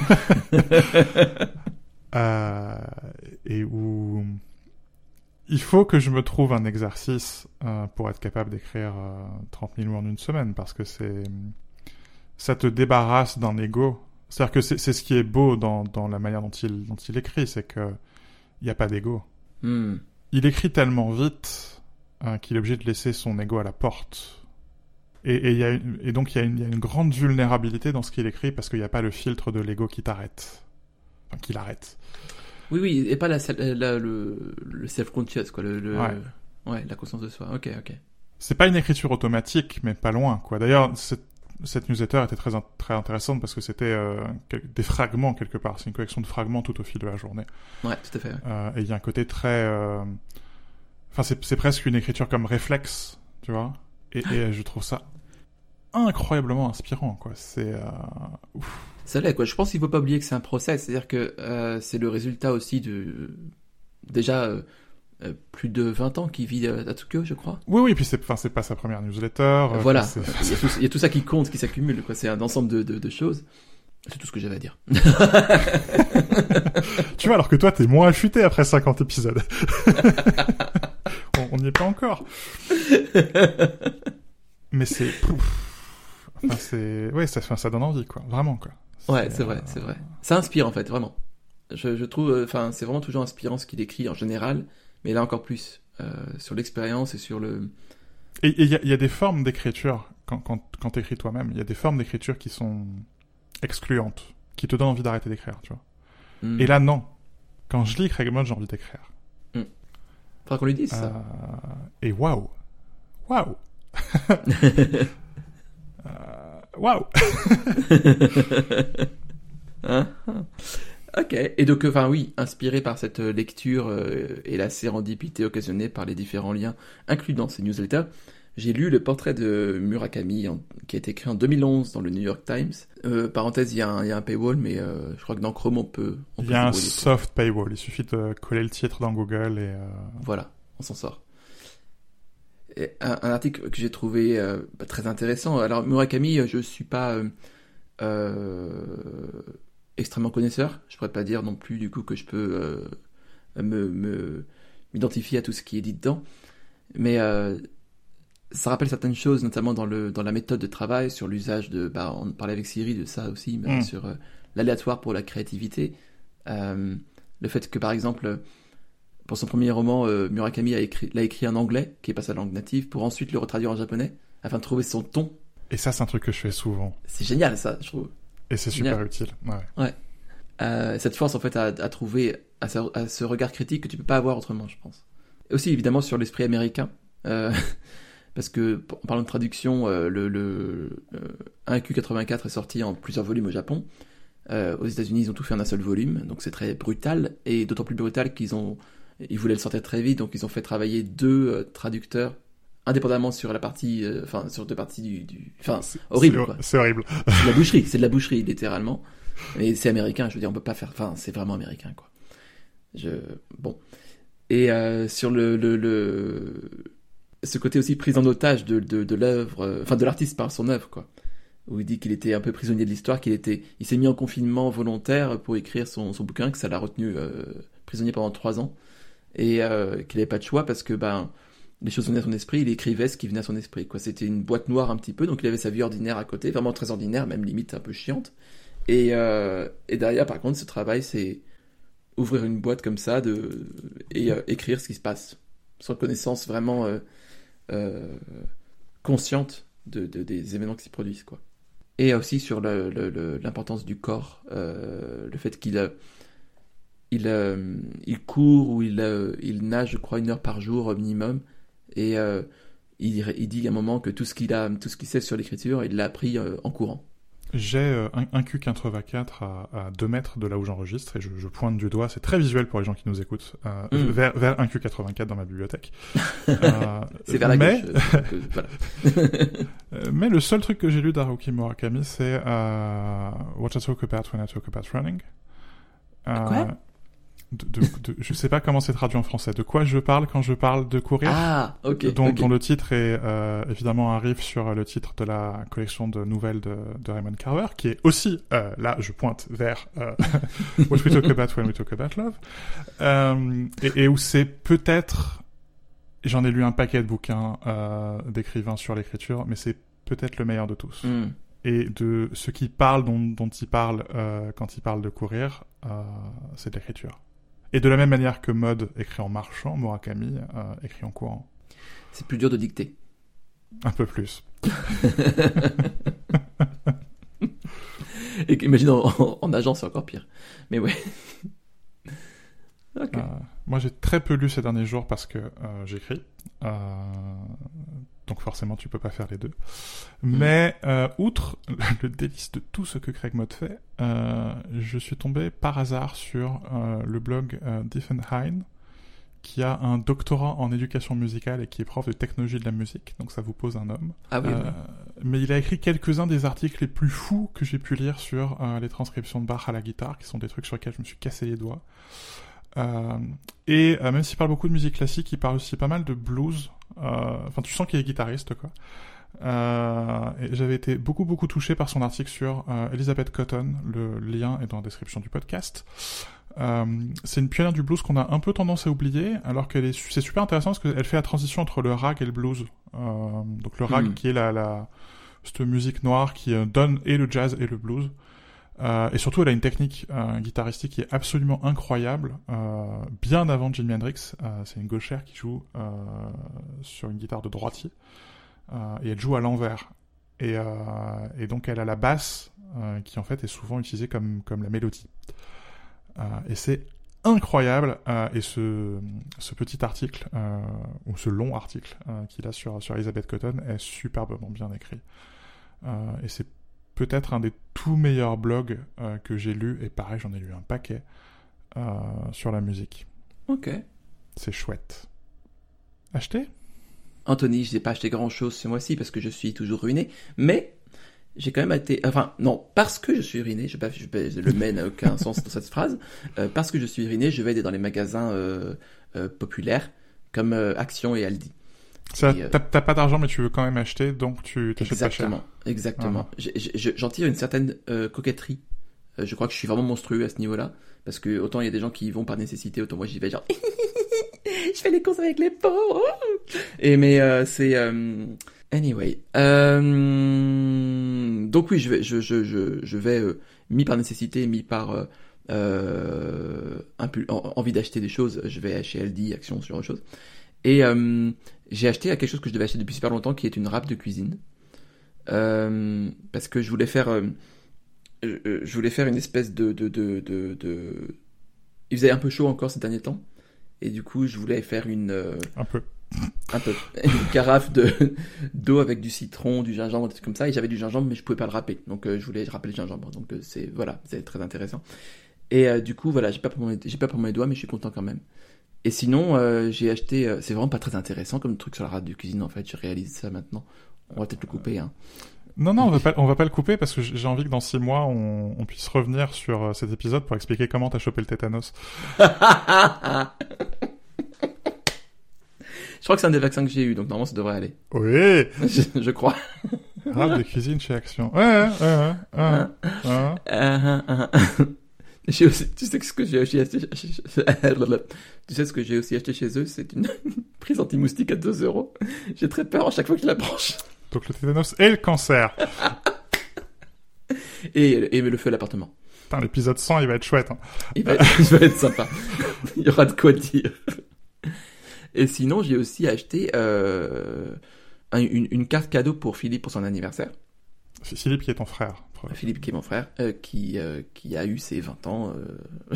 euh... Et où il faut que je me trouve un exercice euh, pour être capable d'écrire euh, trente mille mots en une semaine, parce que c'est ça te débarrasse d'un ego. C'est-à-dire que c'est, c'est ce qui est beau dans, dans la manière dont il, dont il écrit, c'est que il n'y a pas d'ego. Mmh. Il écrit tellement vite hein, qu'il est obligé de laisser son ego à la porte. Et, et, y a une, et donc il y, y a une grande vulnérabilité dans ce qu'il écrit parce qu'il n'y a pas le filtre de l'ego qui t'arrête. Enfin, qui l'arrête. Oui, oui, et pas la, la, le, le self-conscious, quoi. Le, le... Ouais. ouais, la conscience de soi. Ok, ok. C'est pas une écriture automatique, mais pas loin, quoi. D'ailleurs, cette, cette newsletter était très, très intéressante parce que c'était euh, des fragments, quelque part. C'est une collection de fragments tout au fil de la journée. Ouais, tout à fait. Ouais. Euh, et il y a un côté très... Euh... Enfin, c'est, c'est presque une écriture comme réflexe, tu vois. Et, et je trouve ça incroyablement inspirant, quoi. C'est... Euh... Ouf. Ça l'est, quoi. Je pense qu'il faut pas oublier que c'est un process. C'est-à-dire que euh, c'est le résultat aussi de... Déjà... Euh... Euh, plus de vingt ans qu'il vit à, à Tokyo, je crois. Oui, oui, puis c'est, enfin, c'est pas sa première newsletter. Euh, voilà, c'est... il, y a tout, il y a tout ça qui compte, qui s'accumule, quoi. C'est un ensemble de, de, de choses. C'est tout ce que j'avais à dire. Tu vois, alors que toi, t'es moins affûté après cinquante épisodes. on n'y est pas encore. Mais c'est... Enfin, c'est... Ouais, ça, ça donne envie, quoi. Vraiment, quoi. C'est, ouais, c'est vrai, euh... c'est vrai. Ça inspire, en fait, vraiment. Je, je trouve... Enfin, euh, c'est vraiment toujours inspirant ce qu'il écrit, en général. Mais là encore plus, euh, sur l'expérience et sur le... Et il y, y a des formes d'écriture, quand, quand, quand t'écris toi-même, il y a des formes d'écriture qui sont excluantes, qui te donnent envie d'arrêter d'écrire, tu vois. Mm. Et là, non. Quand je lis Craig Mod, j'ai envie d'écrire. Mm. Faudra qu'on lui dise, ça. Euh, et waouh Waouh Waouh Hein, hein. Ok. Et donc, enfin oui, inspiré par cette lecture euh, et la sérendipité occasionnée par les différents liens inclus dans ces newsletters, j'ai lu le portrait de Murakami en- qui a été écrit en deux mille onze dans le New York Times. Euh, parenthèse, il y, a un- il y a un paywall, mais euh, je crois que dans Chrome on peut. On Il peut y a un débrouiller pour- soft paywall. Il suffit de coller le titre dans Google et... euh, Voilà, on s'en sort. Et un, un article que j'ai trouvé euh, bah, très intéressant. Alors Murakami, euh, je suis pas euh, euh, extrêmement connaisseur. Je pourrais pas dire non plus du coup que je peux euh, me, me m'identifier à tout ce qui est dit dedans. Mais euh, ça rappelle certaines choses, notamment dans le dans la méthode de travail, sur l'usage de. Bah, on parlait avec Siri de ça aussi, mais Mm. sur euh, l'aléatoire pour la créativité. Euh, le fait que par exemple pour son premier roman, euh, Murakami a écrit, l'a écrit en anglais, qui est pas sa langue native, pour ensuite le retraduire en japonais, afin de trouver son ton. Et ça, c'est un truc que je fais souvent. C'est génial, ça, je trouve. Et c'est Génial. super utile. Ouais. Euh, cette force, en fait, à, à trouver, à, ce- à ce regard critique que tu peux pas avoir autrement, je pense. Et aussi, évidemment, sur l'esprit américain. Euh, parce que, en parlant de traduction, euh, le, le euh, un Q quatre-vingt-quatre est sorti en plusieurs volumes au Japon. Euh, aux États-Unis, ils ont tout fait en un seul volume, donc c'est très brutal, et d'autant plus brutal qu'ils ont, ils voulaient le sortir très vite, donc ils ont fait travailler deux euh, traducteurs indépendamment sur la partie, euh, enfin sur deux parties du, du... enfin C'est- horrible c'est- quoi. C'est horrible. C'est de la boucherie, c'est de la boucherie littéralement, et c'est américain, je veux dire, on peut pas faire, enfin c'est vraiment américain quoi. Je, bon, et euh, sur le, le, le, ce côté aussi prise en otage de, de, de l'œuvre, euh, enfin de l'artiste par son œuvre quoi. Où il dit qu'il était un peu prisonnier de l'histoire, qu'il était, il s'est mis en confinement volontaire pour écrire son, son bouquin, que ça l'a retenu euh, prisonnier pendant trois ans, et euh, qu'il n'avait pas de choix parce que ben les choses venaient à son esprit, il écrivait ce qui venait à son esprit, quoi. C'était une boîte noire un petit peu, donc il avait sa vie ordinaire à côté, vraiment très ordinaire, même limite un peu chiante. Et, euh, et derrière, par contre, ce travail, c'est ouvrir une boîte comme ça de, et euh, écrire ce qui se passe, sans connaissance vraiment euh, euh, consciente de, de, des événements qui s'y produisent, quoi. Et aussi sur le, le, le, l'importance du corps, euh, le fait qu'il, euh, il, euh, il court ou il, euh, il nage, je crois, une heure par jour au minimum, et euh, il, il dit à un moment que tout ce qu'il a, tout ce qu'il sait sur l'écriture, il l'a appris euh, en courant. J'ai euh, un, un Q quatre-vingt-quatre à, à deux mètres de là où j'enregistre et je, je pointe du doigt. C'est très visuel pour les gens qui nous écoutent. Euh, Mm. vers, vers un Q quatre-vingt-quatre dans ma bibliothèque. Euh, C'est vers la mais, gauche. euh, donc, euh, voilà. euh, mais le seul truc que j'ai lu d'Haruki Murakami, c'est euh, What I Talk About When I Talk About Running. Euh, Quoi de, de, de, je sais pas comment c'est traduit en français. De quoi je parle quand je parle de courir. Ah, ok. dont, ok. dont le titre est euh, évidemment un riff sur le titre de la collection de nouvelles de, de Raymond Carver, qui est aussi, euh, là je pointe vers euh, What We Talk About When We Talk About Love, euh, et, et où c'est peut-être, j'en ai lu un paquet de bouquins euh, d'écrivains sur l'écriture, mais c'est peut-être le meilleur de tous. Mm. Et de ce qui parle, dont, dont il parle euh, quand il parle de courir, euh, c'est de l'écriture. Et de la même manière que Mode écrit en marchant, Murakami euh, écrit en courant. C'est plus dur de dicter. Un peu plus. Et imagine en, en, en nageant, c'est encore pire. Mais ouais. Ok. Euh, moi, j'ai très peu lu ces derniers jours parce que euh, j'écris. Euh, donc forcément, tu peux pas faire les deux. Mais euh, outre le délice de tout ce que Craig Mott fait, euh, je suis tombé par hasard sur euh, le blog euh, Diffenhain, qui a un doctorat en éducation musicale et qui est prof de technologie de la musique. Donc ça vous pose un homme. Ah oui. Euh, oui. mais il a écrit quelques-uns des articles les plus fous que j'ai pu lire sur euh, les transcriptions de Bach à la guitare, qui sont des trucs sur lesquels je me suis cassé les doigts. Euh, et euh, même s'il parle beaucoup de musique classique, il parle aussi pas mal de blues. Enfin, euh, tu sens qu'il est guitariste, quoi. Euh, et j'avais été beaucoup beaucoup touché par son article sur euh, Elizabeth Cotton. Le lien est dans la description du podcast. Euh, c'est une pionnière du blues qu'on a un peu tendance à oublier, alors qu'elle est, c'est super intéressant parce qu'elle fait la transition entre le rag et le blues. Euh, donc le rag Mm. qui est la, la cette musique noire qui euh, donne et le jazz et le blues. Euh, et surtout, elle a une technique euh, guitaristique qui est absolument incroyable. Euh, bien avant Jimi Hendrix, euh, c'est une gauchère qui joue euh, sur une guitare de droitier. Euh, et elle joue à l'envers. Et, euh, et donc, elle a la basse euh, qui, en fait, est souvent utilisée comme, comme la mélodie. Euh, et c'est incroyable. Euh, et ce, ce petit article, euh, ou ce long article euh, qu'il a sur, sur Elizabeth Cotton est superbement bien écrit. Euh, et c'est peut-être un des tout meilleurs blogs euh, que j'ai lu, et pareil, j'en ai lu un paquet, euh, sur la musique. Ok. C'est chouette. Acheter ? Anthony, je n'ai pas acheté grand-chose ce mois-ci parce que je suis toujours ruiné, mais j'ai quand même été... Enfin, non, parce que je suis ruiné, je ne sais pas, le mais n'a aucun sens dans cette phrase, euh, parce que je suis ruiné, je vais aller dans les magasins euh, euh, populaires comme euh, Action et Aldi. Ça, et, euh, t'as, t'as pas d'argent, mais tu veux quand même acheter, donc tu t'achètes pas cher. Exactement, exactement. Uh-huh. J'ai, j'ai, j'en tire une certaine euh, coquetterie. Euh, je crois que je suis vraiment monstrueux à ce niveau-là, parce que autant il y a des gens qui y vont par nécessité, autant moi j'y vais genre... je fais les courses avec les pauvres. Et mais euh, c'est euh... anyway. Euh... Donc oui, je vais, je, je, je, je vais euh, mis par nécessité, mis par euh, euh, impu... envie d'acheter des choses. Je vais chez Aldi, Action, ce genre de choses. Et euh, j'ai acheté quelque chose que je devais acheter depuis super longtemps, qui est une râpe de cuisine, euh, parce que je voulais faire, euh, je, je voulais faire une espèce de, de, de, de, de... Il faisait un peu chaud encore ces derniers temps. Et du coup, je voulais faire une... Euh, un peu. Un peu. Une carafe de, d'eau avec du citron, du gingembre, des trucs comme ça. Et j'avais du gingembre, mais je pouvais pas le râper. Donc, euh, je voulais râper le gingembre. Donc, euh, c'est... Voilà, c'est très intéressant. Et euh, du coup, voilà, j'ai pas pour mes, j'ai pas pour mes doigts, mais je suis content quand même. Et sinon, euh, j'ai acheté... Euh, c'est vraiment pas très intéressant comme truc sur la râpe de cuisine, en fait. Je réalise ça maintenant. On va peut-être le couper, hein. Non, non, on va pas, on va pas le couper parce que j'ai envie que dans six mois, on, on puisse revenir sur euh, cet épisode pour expliquer comment t'as chopé le tétanos. Je crois que c'est un des vaccins que j'ai eu, donc normalement ça devrait aller. Oui. je, je crois. Râpe de cuisine chez Action. Ouais, ouais, ouais. ouais, ouais. Uh, uh, uh. J'ai aussi, tu sais ce que j'ai aussi acheté, tu sais ce que j'ai aussi acheté chez eux, c'est une prise anti-moustique à deux euros. J'ai très peur à chaque fois que je la branche. Donc le tétanos et le cancer. et, et le feu à l'appartement. Putain, l'épisode cent, il va être chouette. Hein. Il, va, il va être sympa. Il y aura de quoi dire. Et sinon, j'ai aussi acheté euh, une, une carte cadeau pour Philippe pour son anniversaire. Philippe qui est ton frère. Philippe qui est mon frère, euh, qui, euh, qui a eu ses vingt ans. Euh...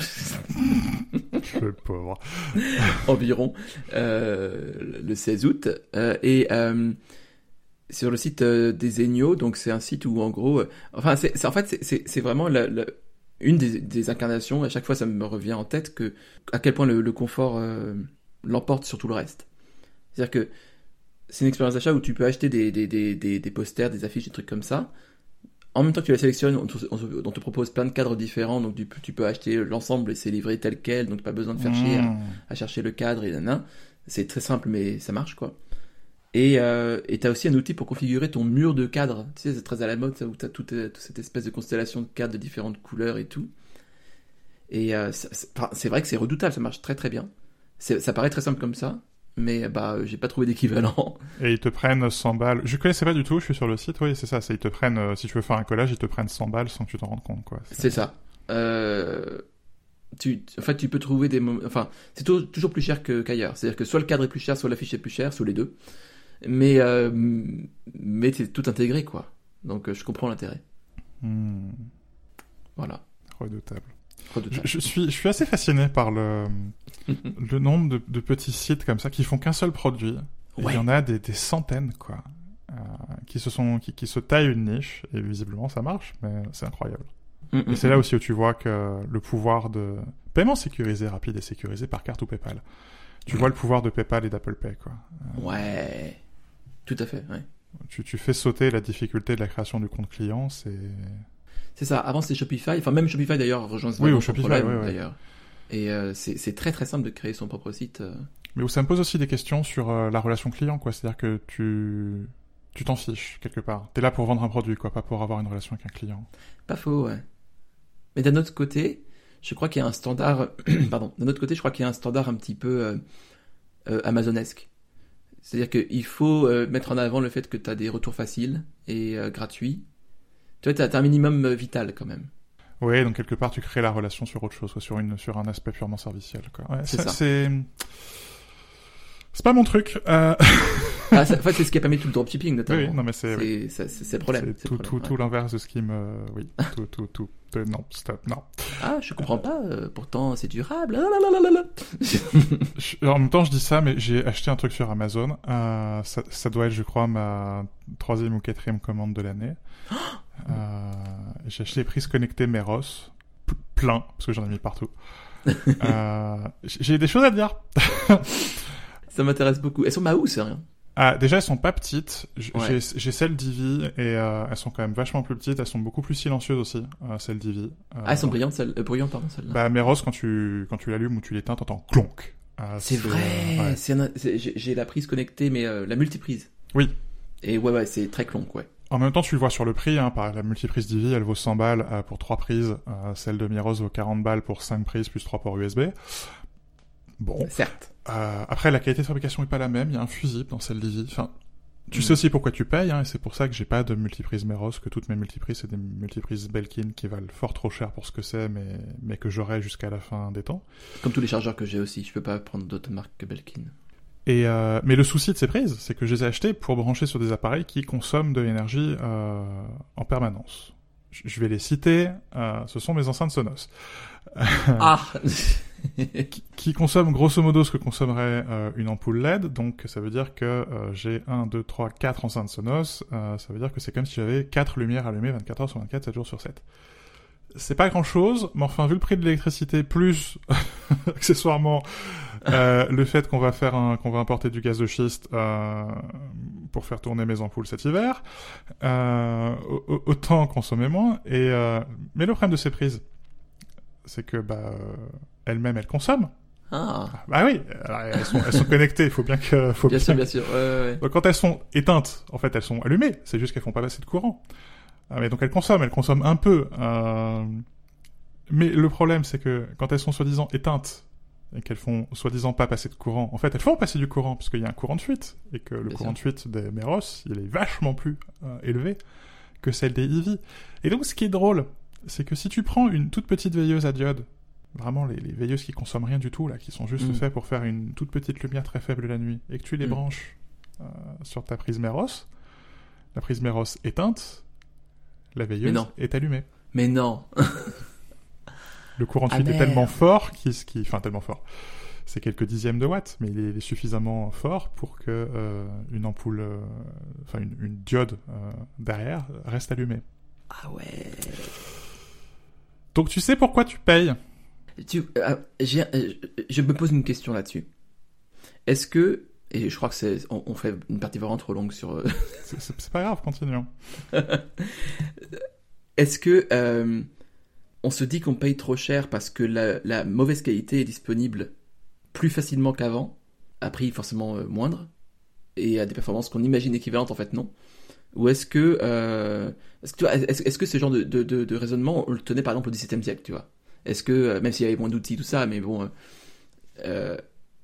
Le pauvre. Environ. Euh, le seize août. Euh, et euh, sur le site euh, des Egnos, donc c'est un site où en gros... Euh, enfin, c'est, c'est, en fait, c'est, c'est, c'est vraiment la, la, une des, des incarnations. À chaque fois, ça me revient en tête que à quel point le, le confort euh, l'emporte sur tout le reste. C'est-à-dire que c'est une expérience d'achat où tu peux acheter des, des, des, des, des posters, des affiches, des trucs comme ça. En même temps que tu la sélectionnes, on te, on te propose plein de cadres différents, donc tu, tu peux acheter l'ensemble et c'est livré tel quel, donc pas besoin de faire mmh. chier à, à chercher le cadre et nanana. C'est très simple, mais ça marche, quoi. Et euh, et t'as aussi un outil pour configurer ton mur de cadre. Tu sais, c'est très à la mode, ça, où t'as toute, toute cette espèce de constellation de cadres de différentes couleurs et tout. Et euh, c'est, c'est, c'est vrai que c'est redoutable, ça marche très très bien. C'est, ça paraît très simple comme ça, mais bah j'ai pas trouvé d'équivalent. Et ils te prennent cent balles. Je connaissais pas du tout, je suis sur le site, oui, c'est ça, c'est, ils te prennent, euh, si tu veux faire un collage, ils te prennent cent balles sans que tu t'en rendes compte, quoi. C'est, c'est ça. Euh... Tu, en fait, tu peux trouver des moments... Enfin, c'est toujours, toujours plus cher que, qu'ailleurs. C'est-à-dire que soit le cadre est plus cher, soit l'affiche est plus chère, soit les deux. Mais, euh, mais c'est tout intégré, quoi. Donc, je comprends l'intérêt. Mmh. Voilà. Redoutable. Redoutable. Je, je, suis, je suis assez fasciné par le, le nombre de, de petits sites comme ça qui font qu'un seul produit. Ouais. Il y en a des, des centaines, quoi. Euh, qui, se sont, qui, qui se taillent une niche. Et visiblement, ça marche, mais c'est incroyable. Mm-hmm. Et c'est là aussi où tu vois que le pouvoir de paiement sécurisé, rapide et sécurisé par carte ou PayPal. Tu ouais. vois le pouvoir de PayPal et d'Apple Pay, quoi. Euh, ouais. Tout à fait, ouais. Tu, tu fais sauter la difficulté de la création du compte client, c'est... C'est ça. Avant, c'était Shopify. Enfin, même Shopify, d'ailleurs, rejoint ce oui, au son Shopify, problème, ouais, ouais. d'ailleurs. Et euh, c'est, c'est très, très simple de créer son propre site. Euh... Mais où ça me pose aussi des questions sur euh, la relation client, quoi. C'est-à-dire que tu... tu t'en fiches, quelque part. T'es là pour vendre un produit, quoi, pas pour avoir une relation avec un client. Pas faux, ouais. Mais d'un autre côté, je crois qu'il y a un standard... Pardon. D'un autre côté, je crois qu'il y a un standard un petit peu euh, euh, amazonesque. C'est-à-dire qu'il faut euh, mettre en avant le fait que tu as des retours faciles et euh, gratuits. Tu vois, tu as un minimum vital, quand même. Oui, donc quelque part, tu crées la relation sur autre chose, soit sur, une, sur un aspect purement serviciel, quoi. Ouais, c'est ça, ça. C'est... c'est pas mon truc. Euh... ah, ça, en fait, c'est ce qui a permis tout le dropshipping, notamment. Oui, non, mais c'est... C'est, oui. c'est, c'est, c'est le problème. C'est, c'est tout, le problème, tout, ouais. tout l'inverse de ce qui me... Oui, tout, tout, tout. Euh, non, stop, non. Ah, je comprends pas. Euh, pourtant, c'est durable. Ah, là, là, là, là. Je, en même temps, je dis ça, mais j'ai acheté un truc sur Amazon. Euh, ça, ça doit être, je crois, ma troisième ou quatrième commande de l'année. euh, j'ai acheté les prises connectées Meros. P- plein, parce que j'en ai mis partout. euh, j'ai des choses à dire. Ça m'intéresse beaucoup. Elles sont Mahou, c'est rien. Ah, déjà, elles sont pas petites. J- Ouais. J'ai, j'ai celles d'Ivy et euh, elles sont quand même vachement plus petites. Elles sont beaucoup plus silencieuses aussi, euh, celles d'Ivy. Euh, Ah, elles sont brillantes, celles... euh, bruyantes, pardon, celles-là. Bah, Meros, quand tu, quand tu l'allumes ou tu l'éteins, t'entends clonk. Euh, c'est vrai. euh, ouais. C'est un- c'est- J'ai j'ai la prise connectée, mais euh, la multiprise. Oui. Et ouais, ouais, c'est très clonk, ouais. En même temps, tu le vois sur le prix, hein, par la multiprise d'Ivy, elle vaut cent balles euh, pour trois prises. Euh, celle de Meros vaut quarante balles pour cinq prises plus trois ports U S B. Bon. Certes. Euh, après, la qualité de fabrication est pas la même. Il y a un fusible dans celle d'Ivy. Enfin, tu Mm. sais aussi pourquoi tu payes, hein, et c'est pour ça que j'ai pas de multiprise Meros, que toutes mes multiprises, c'est des multiprises Belkin qui valent fort trop cher pour ce que c'est, mais, mais que j'aurai jusqu'à la fin des temps. Comme tous les chargeurs que j'ai aussi, je peux pas prendre d'autres marques que Belkin. Et euh, mais le souci de ces prises, c'est que je les ai achetées pour brancher sur des appareils qui consomment de l'énergie euh, en permanence. Je je vais les citer, euh, ce sont mes enceintes Sonos. Ah. qui, qui consomment grosso modo ce que consommerait euh, une ampoule L E D, donc ça veut dire que euh, j'ai un, deux, trois, quatre enceintes Sonos, euh, ça veut dire que c'est comme si j'avais quatre lumières allumées vingt-quatre heures sur vingt-quatre, sept jours sur sept. C'est pas grand chose, mais enfin, vu le prix de l'électricité, plus, accessoirement, euh, le fait qu'on va faire un, qu'on va importer du gaz de schiste, euh, pour faire tourner mes ampoules cet hiver, euh, au- autant consommer moins, et, euh, mais le problème de ces prises, c'est que, bah, euh, elles-mêmes, elles consomment. Ah. Bah oui, alors, elles sont, elles sont connectées, il faut bien que, faut Bien bien sûr, bien sûr. Ouais, ouais, ouais. donc quand elles sont éteintes, en fait, elles sont allumées. C'est juste qu'elles font pas passer de courant. Euh, mais donc elles consomment, elles consomment un peu. Euh... Mais le problème, c'est que quand elles sont soi-disant éteintes et qu'elles font soi-disant pas passer de courant, en fait, elles font passer du courant parce qu'il y a un courant de fuite et que le Bien courant sûr. de fuite des Meros, il est vachement plus euh, élevé que celle des Ivy. Et donc, ce qui est drôle, c'est que si tu prends une toute petite veilleuse à diode, vraiment les, les veilleuses qui consomment rien du tout là, qui sont juste Mm. faites pour faire une toute petite lumière très faible la nuit, et que tu les Mm. branches euh, sur ta prise Meros, la prise Meros éteinte, la veilleuse non. est allumée. Mais non. Le courant de Ah, fuite est merde. tellement fort, qui, qui, enfin tellement fort, c'est quelques dixièmes de watts, mais il est, il est suffisamment fort pour que euh, une ampoule, euh, enfin une, une diode euh, derrière reste allumée. Ah ouais. Donc tu sais pourquoi tu payes. Tu, euh, j'ai, euh, je me pose une question là-dessus. Est-ce que, et je crois que c'est, on, on fait une partie vraiment trop longue sur. euh, C'est, c'est, c'est pas grave, continuons. Est-ce que euh, on se dit qu'on paye trop cher parce que la, la mauvaise qualité est disponible plus facilement qu'avant, à prix forcément euh, moindre, et à des performances qu'on imagine équivalentes, en fait non? Ou est-ce que, euh, est-ce que, tu vois, est-ce, est-ce que ce genre de, de, de, de raisonnement, on le tenait par exemple au dix-septième siècle, tu vois? Est-ce que, euh, même s'il y avait moins d'outils, tout ça, mais bon, euh, euh,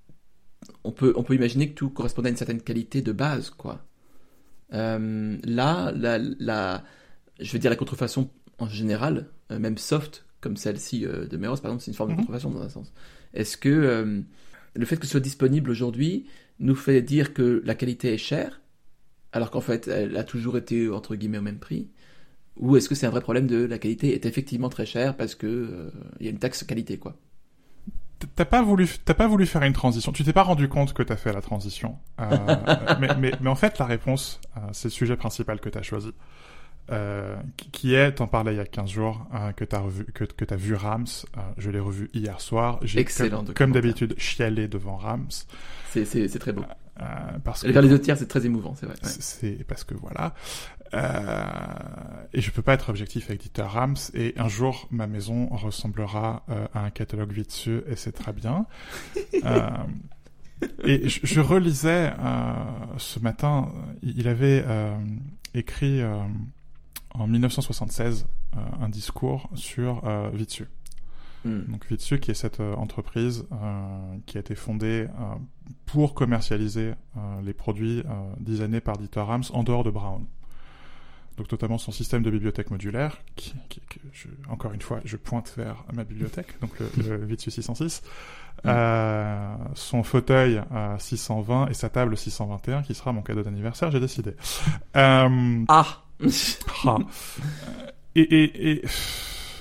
on peut, on peut imaginer que tout correspondait à une certaine qualité de base, quoi. Euh, là, la, la, je veux dire la contrefaçon en général, euh, même soft, comme celle-ci euh, de Meros, par exemple, c'est une forme Mhm. de contrefaçon dans un sens. Est-ce que euh, le fait que ce soit disponible aujourd'hui nous fait dire que la qualité est chère, alors qu'en fait elle a toujours été entre guillemets au même prix? Ou est-ce que c'est un vrai problème de la qualité est effectivement très chère parce que euh, il y a une taxe qualité, quoi? T'as pas voulu, t'as pas voulu faire une transition. Tu t'es pas rendu compte que t'as fait la transition. Euh, mais, mais, mais en fait, la réponse, euh, c'est le sujet principal que t'as choisi. Euh, qui- qui est, t'en parlais il y a quinze jours, euh, que t'as revu, que, que t'as vu Rams. Euh, je l'ai revu hier soir. J'ai, Excellent comme, documentaire. comme d'habitude, chialé devant Rams. C'est, c'est, c'est très beau. Euh, parce que Aller vers les deux tiers, c'est très émouvant, c'est vrai. Ouais. c'est, c'est parce que voilà. Euh, et je peux pas être objectif avec Dieter Rams. Et un jour, ma maison ressemblera euh, à un catalogue vicieux, et c'est très bien. euh, et je, je relisais euh, ce matin. Il avait euh, écrit euh, en dix-neuf cent soixante-seize euh, un discours sur euh, Vitsu. Mm. Donc Vitsu, qui est cette euh, entreprise euh, qui a été fondée euh, pour commercialiser euh, les produits euh, designés par Dieter Rams en dehors de Brown. Donc notamment son système de bibliothèque modulaire, qui, qui, que je, encore une fois, je pointe vers ma bibliothèque, donc le, le Vitsu six cent six, mm. euh, son fauteuil à six cent vingt et sa table six cent vingt et un, qui sera mon cadeau d'anniversaire, j'ai décidé. Euh, Ah. ah. Et, et, et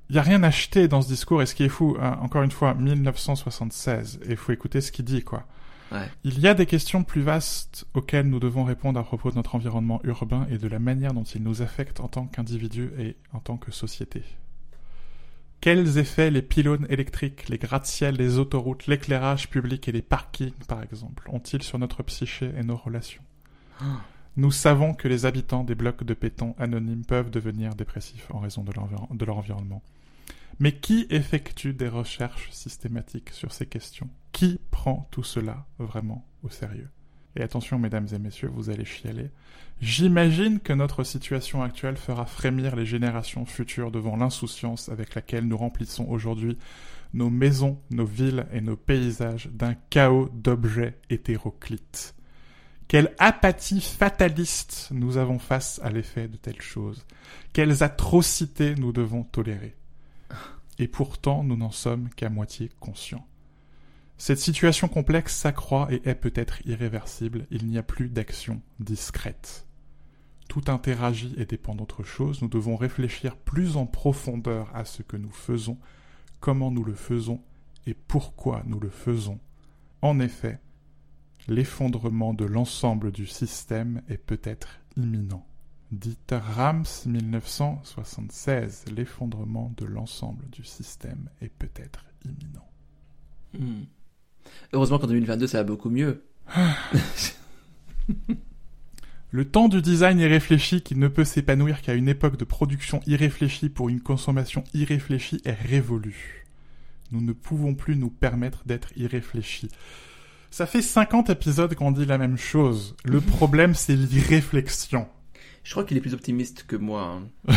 Il n'y a rien acheté dans ce discours, et ce qui est fou, hein, encore une fois, mille neuf cent soixante-seize, et il faut écouter ce qu'il dit, quoi. Ouais. Il y a des questions plus vastes auxquelles nous devons répondre à propos de notre environnement urbain et de la manière dont il nous affecte en tant qu'individus et en tant que société. Quels effets les pylônes électriques, les gratte-ciels, les autoroutes, l'éclairage public et les parkings, par exemple, ont-ils sur notre psyché et nos relations ? Oh. Nous savons que les habitants des blocs de béton anonymes peuvent devenir dépressifs en raison de leur, de leur environnement. Mais qui effectue des recherches systématiques sur ces questions ? Qui prend tout cela vraiment au sérieux ? Et attention, mesdames et messieurs, vous allez chialer. J'imagine que notre situation actuelle fera frémir les générations futures devant l'insouciance avec laquelle nous remplissons aujourd'hui nos maisons, nos villes et nos paysages d'un chaos d'objets hétéroclites. Quelle apathie fataliste nous avons face à l'effet de telles choses. Quelles atrocités nous devons tolérer. Et pourtant, nous n'en sommes qu'à moitié conscients. Cette situation complexe s'accroît et est peut-être irréversible. Il n'y a plus d'action discrète. Tout interagit et dépend d'autre chose. Nous devons réfléchir plus en profondeur à ce que nous faisons, comment nous le faisons et pourquoi nous le faisons. En effet, l'effondrement de l'ensemble du système est peut-être imminent. Dieter Rams, mille neuf cent soixante-seize. L'effondrement de l'ensemble du système est peut-être imminent. Hmm. Heureusement qu'en deux mille vingt-deux, ça va beaucoup mieux. Le temps du design irréfléchi qui ne peut s'épanouir qu'à une époque de production irréfléchie pour une consommation irréfléchie est révolu. Nous ne pouvons plus nous permettre d'être irréfléchis. Ça fait cinquante épisodes qu'on dit la même chose. Le problème, c'est l'irréflexion. Je crois qu'il est plus optimiste que moi. Hein.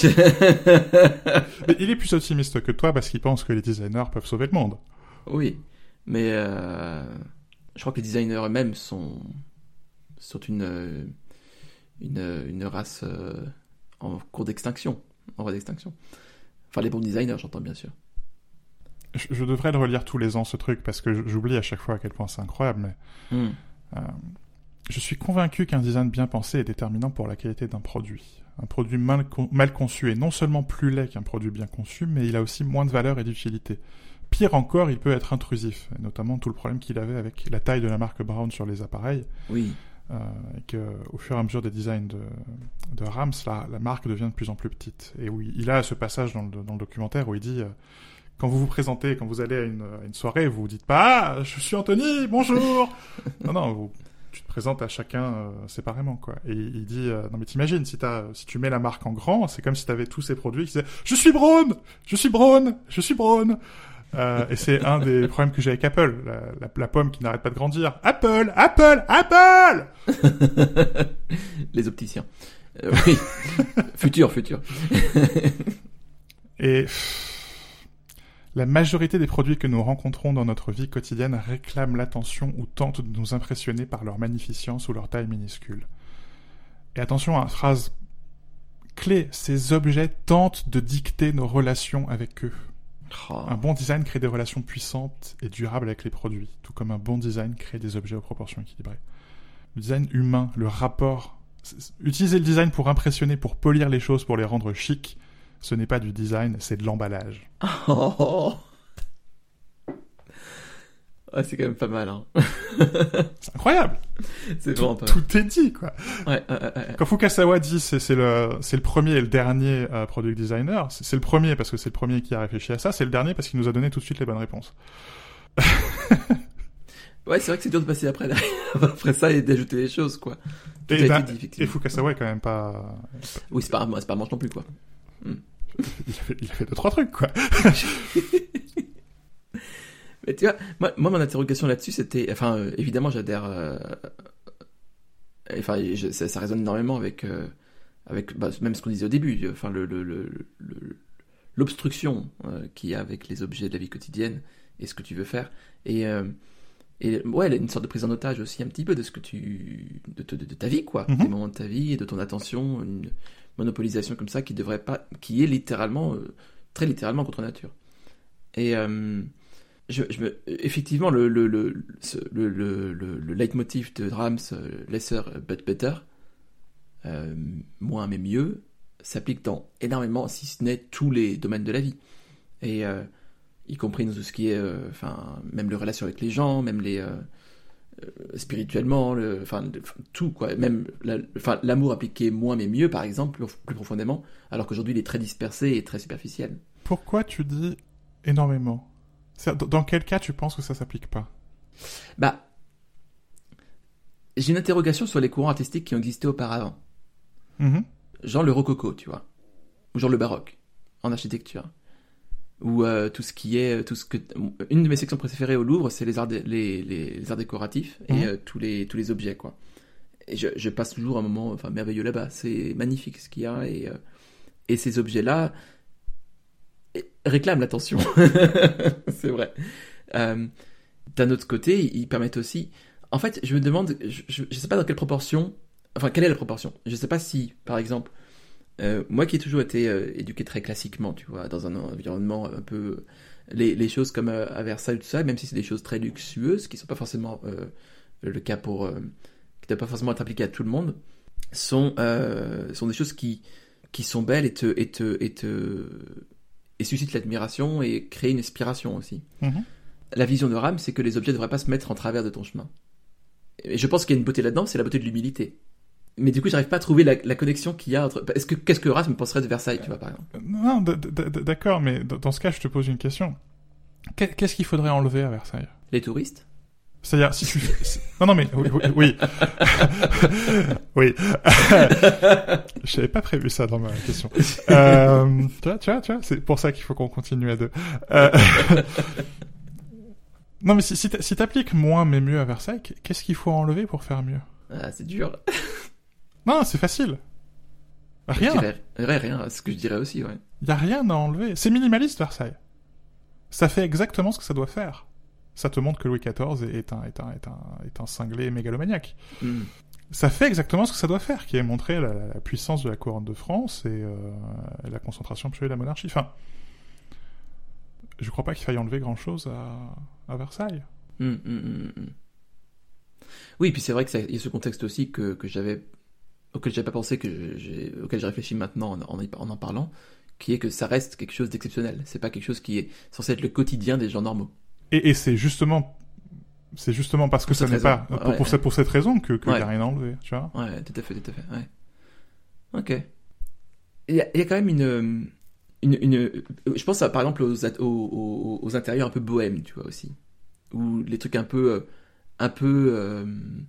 Mais il est plus optimiste que toi parce qu'il pense que les designers peuvent sauver le monde. Oui, mais euh, je crois que les designers eux-mêmes sont, sont une, une, une race euh, en cours d'extinction, en voie d'extinction. Enfin, les bons designers, j'entends bien sûr. Je, je devrais le relire tous les ans, ce truc, parce que j'oublie à chaque fois à quel point c'est incroyable, mais... Mm. Euh, je suis convaincu qu'un design bien pensé est déterminant pour la qualité d'un produit. Un produit mal, con- mal conçu est non seulement plus laid qu'un produit bien conçu, mais il a aussi moins de valeur et d'utilité. Pire encore, il peut être intrusif, et notamment tout le problème qu'il avait avec la taille de la marque Brown sur les appareils. Oui. Euh, et qu'au fur et à mesure des designs de, de Rams, la, la marque devient de plus en plus petite. Et oui, il a ce passage dans le, dans le documentaire où il dit... Euh, quand vous vous présentez, quand vous allez à une, à une soirée, vous vous dites pas « Ah, je suis Anthony, bonjour !» Non, non, vous... tu te présentes à chacun euh, séparément, quoi. Et il dit, euh, non mais t'imagines, si, t'as, si tu mets la marque en grand, c'est comme si t'avais tous ces produits qui disaient « Je suis Brown, je suis Brown, je suis Brown !» euh, Et c'est un des problèmes que j'ai avec Apple, la, la, la pomme qui n'arrête pas de grandir. « Apple, Apple, Apple !» Les opticiens. Euh, oui, futur, futur. Et... La majorité des produits que nous rencontrons dans notre vie quotidienne réclament l'attention ou tentent de nous impressionner par leur magnificence ou leur taille minuscule. Et attention à une phrase clé, ces objets tentent de dicter nos relations avec eux. Oh. Un bon design crée des relations puissantes et durables avec les produits, tout comme un bon design crée des objets aux proportions équilibrées. Le design humain, le rapport... Utiliser le design pour impressionner, pour polir les choses, pour les rendre chic... Ce n'est pas du design, c'est de l'emballage. Oh. Ouais, c'est quand même pas mal, hein. C'est incroyable. C'est tout, vraiment pas tout mal. est dit, quoi. Ouais, ouais, ouais, ouais. Quand Fukasawa dit c'est, c'est le c'est le premier et le dernier euh, product designer, c'est, c'est le premier parce que c'est le premier qui a réfléchi à ça, c'est le dernier parce qu'il nous a donné tout de suite les bonnes réponses. Ouais, c'est vrai que c'est dur de passer après, après ça et d'ajouter les choses, quoi. Tout Et, a ben, été dit, effectivement. et Fukasawa est quand même pas... Oui, c'est pas, c'est pas manche non plus, quoi. Hmm. Il a fait, il a fait deux, trois trucs, quoi. Mais tu vois, moi, moi, mon interrogation là-dessus, c'était... Enfin, euh, évidemment, j'adhère... Euh, enfin, je, ça, ça résonne énormément avec... Euh, avec bah, même ce qu'on disait au début. Enfin, le, le, le, le, l'obstruction euh, qu'il y a avec les objets de la vie quotidienne et ce que tu veux faire. Et... Euh, Et ouais, elle a une sorte de prise en otage aussi un petit peu de ce que tu, de, de, de ta vie, quoi, mm-hmm. des moments de ta vie et de ton attention, une monopolisation comme ça qui devrait pas, qui est littéralement, euh, très littéralement contre nature. Et euh, je, je me, effectivement, le le le le le, le, le leitmotiv de Rams, euh, lesser but better, euh, moins mais mieux, s'applique dans énormément, si ce n'est tous les domaines de la vie. Et euh, y compris dans tout ce qui est, enfin, euh, même les relations avec les gens, même les... Euh, euh, spirituellement, enfin, tout, quoi. Même la, l'amour appliqué moins mais mieux, par exemple, plus, plus profondément, alors qu'aujourd'hui il est très dispersé et très superficiel. Pourquoi tu dis énormément ? C'est-à-dire, dans quel cas tu penses que ça s'applique pas ? Bah, j'ai une interrogation sur les courants artistiques qui ont existé auparavant. Mm-hmm. Genre le rococo, tu vois. Ou genre le baroque, en architecture. Ou euh, tout ce qui est... tout ce que Une de mes sections préférées au Louvre, c'est les arts, dé... les, les, les arts décoratifs mmh. et euh, tous, les, tous les objets, quoi. Et je, je passe toujours un moment enfin, merveilleux là-bas. C'est magnifique ce qu'il y a. Et, euh, et ces objets-là réclament l'attention. C'est vrai. Euh, d'un autre côté, ils permettent aussi... En fait, je me demande... Je ne sais pas dans quelle proportion... Enfin, quelle est la proportion ? Je ne sais pas si, par exemple... Euh, moi qui ai toujours été euh, éduqué très classiquement, tu vois, dans un environnement un peu... Les, les choses comme euh, à Versailles, tout ça, même si c'est des choses très luxueuses, qui ne sont pas forcément euh, le cas pour... Euh, qui ne doivent pas forcément être appliquées à tout le monde, sont, euh, sont des choses qui, qui sont belles et te, et, te, et, te, et suscitent l'admiration et créent une inspiration aussi. Mm-hmm. La vision de Rams, c'est que les objets ne devraient pas se mettre en travers de ton chemin. Et je pense qu'il y a une beauté là-dedans, c'est la beauté de l'humilité. Mais du coup, j'arrive pas à trouver la, la connexion qu'il y a entre... Est-ce que, qu'est-ce que Rams me penserait de Versailles, tu vois, par exemple ? Non, d- d- d- d'accord, mais dans ce cas, je te pose une question. Qu'est-ce qu'il faudrait enlever à Versailles ? Les touristes ? C'est-à-dire, si tu... Non, non, mais... Oui, oui. Oui. oui. Je n'avais pas prévu ça dans ma question. Euh... Tu vois, tu vois, tu vois, c'est pour ça qu'il faut qu'on continue à deux. Euh... Non, mais si, si, si t'appliques moins mais mieux à Versailles, qu'est-ce qu'il faut enlever pour faire mieux ? Ah, c'est dur. Non, c'est facile. Rien. Je dirais, rien, rien, ce que je dirais aussi, ouais. Il y a rien à enlever. C'est minimaliste, Versailles. Ça fait exactement ce que ça doit faire. Ça te montre que Louis quatorze est un, est un, est un, est un cinglé mégalomaniaque. Mm. Ça fait exactement ce que ça doit faire, qui est montrer la, la puissance de la couronne de France et euh, la concentration absolue de la monarchie. Enfin, je crois pas qu'il faille enlever grand-chose à, à Versailles. Mm, mm, mm, mm. Oui, puis c'est vrai qu'il y a ce contexte aussi que, que j'avais, auquel j'avais pas pensé, que j'ai, auquel j'ai réfléchi maintenant en en, en en parlant, qui est que ça reste quelque chose d'exceptionnel. C'est pas quelque chose qui est censé être le quotidien des gens normaux. Et, et c'est justement, c'est justement parce que ça n'est pas, pour, ouais, pour, ouais. Cette, pour cette raison que, que ouais. y a rien à enlever, tu vois. Ouais, tout à fait, tout à fait, ouais. Ok. Il y a, il y a quand même une, une, une, je pense à, par exemple aux, aux, aux, aux intérieurs un peu bohèmes, tu vois, aussi. Ou les trucs un peu, un peu, euh,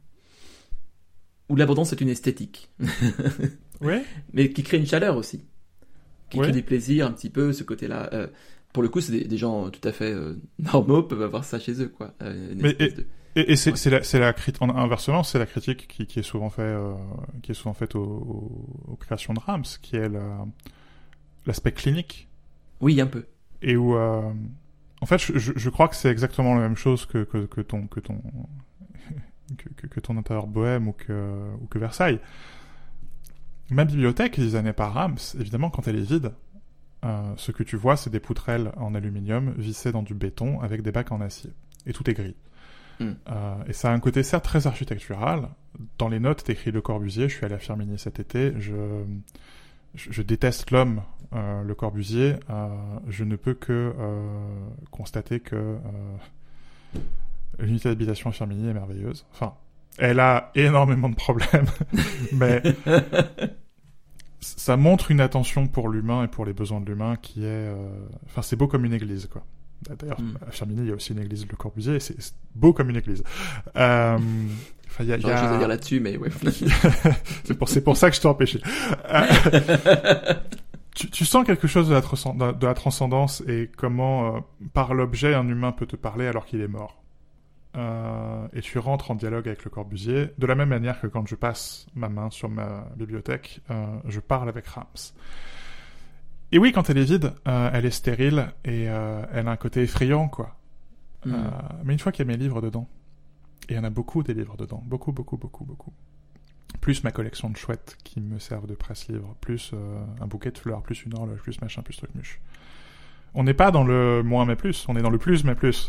où l'abondance est une esthétique. Ouais. Mais qui crée une chaleur aussi. Qui ouais. crée du plaisir un petit peu, ce côté-là. Euh, pour le coup, c'est des, des gens tout à fait euh, normaux peuvent avoir ça chez eux, quoi. Euh, Mais et, de... et, et c'est, ouais. c'est la, c'est la critique. Inversement, c'est la critique qui, qui est souvent fait, euh, qui est souvent faite aux, aux, aux créations de Rams, qui est la, l'aspect clinique. Oui, un peu. Et où, euh, en fait, je, je crois que c'est exactement la même chose que que, que ton que ton que, que, que ton intérieur bohème ou que ou que Versailles. Ma bibliothèque, designée par Rams, évidemment, quand elle est vide. Euh, ce que tu vois, c'est des poutrelles en aluminium vissées dans du béton avec des bacs en acier. Et tout est gris. Mm. Euh, et ça a un côté certes très architectural. Dans les notes, t'écris Le Corbusier. Je suis allé à Firminy cet été. Je, je, je déteste l'homme, euh, Le Corbusier. Euh, je ne peux que euh, constater que euh, l'unité d'habitation à Firminy est merveilleuse. Enfin, elle a énormément de problèmes, mais... ça montre une attention pour l'humain et pour les besoins de l'humain qui est... Euh... Enfin, c'est beau comme une église, quoi. D'ailleurs, mm. à Firminy, il y a aussi une église Le Corbusier, et c'est beau comme une église. Euh... Enfin, il y a... J'aurais y a... chose à dire là-dessus, mais ouais. c'est, pour, c'est pour ça que je t'ai empêché. Euh... tu, tu sens quelque chose de la, transcend... de la transcendance et comment, euh, par l'objet, un humain peut te parler alors qu'il est mort. Euh, et tu rentres en dialogue avec Le Corbusier, de la même manière que quand je passe ma main sur ma bibliothèque, euh, je parle avec Rams. Et oui, quand elle est vide, euh, elle est stérile et euh, elle a un côté effrayant, quoi. Mm. Euh, mais une fois qu'il y a mes livres dedans, et il y en a beaucoup des livres dedans, beaucoup, beaucoup, beaucoup, beaucoup. Plus ma collection de chouettes qui me servent de presse-livres, plus euh, un bouquet de fleurs, plus une horloge, plus machin, plus truc muche. On n'est pas dans le moins mais plus, on est dans le plus mais plus.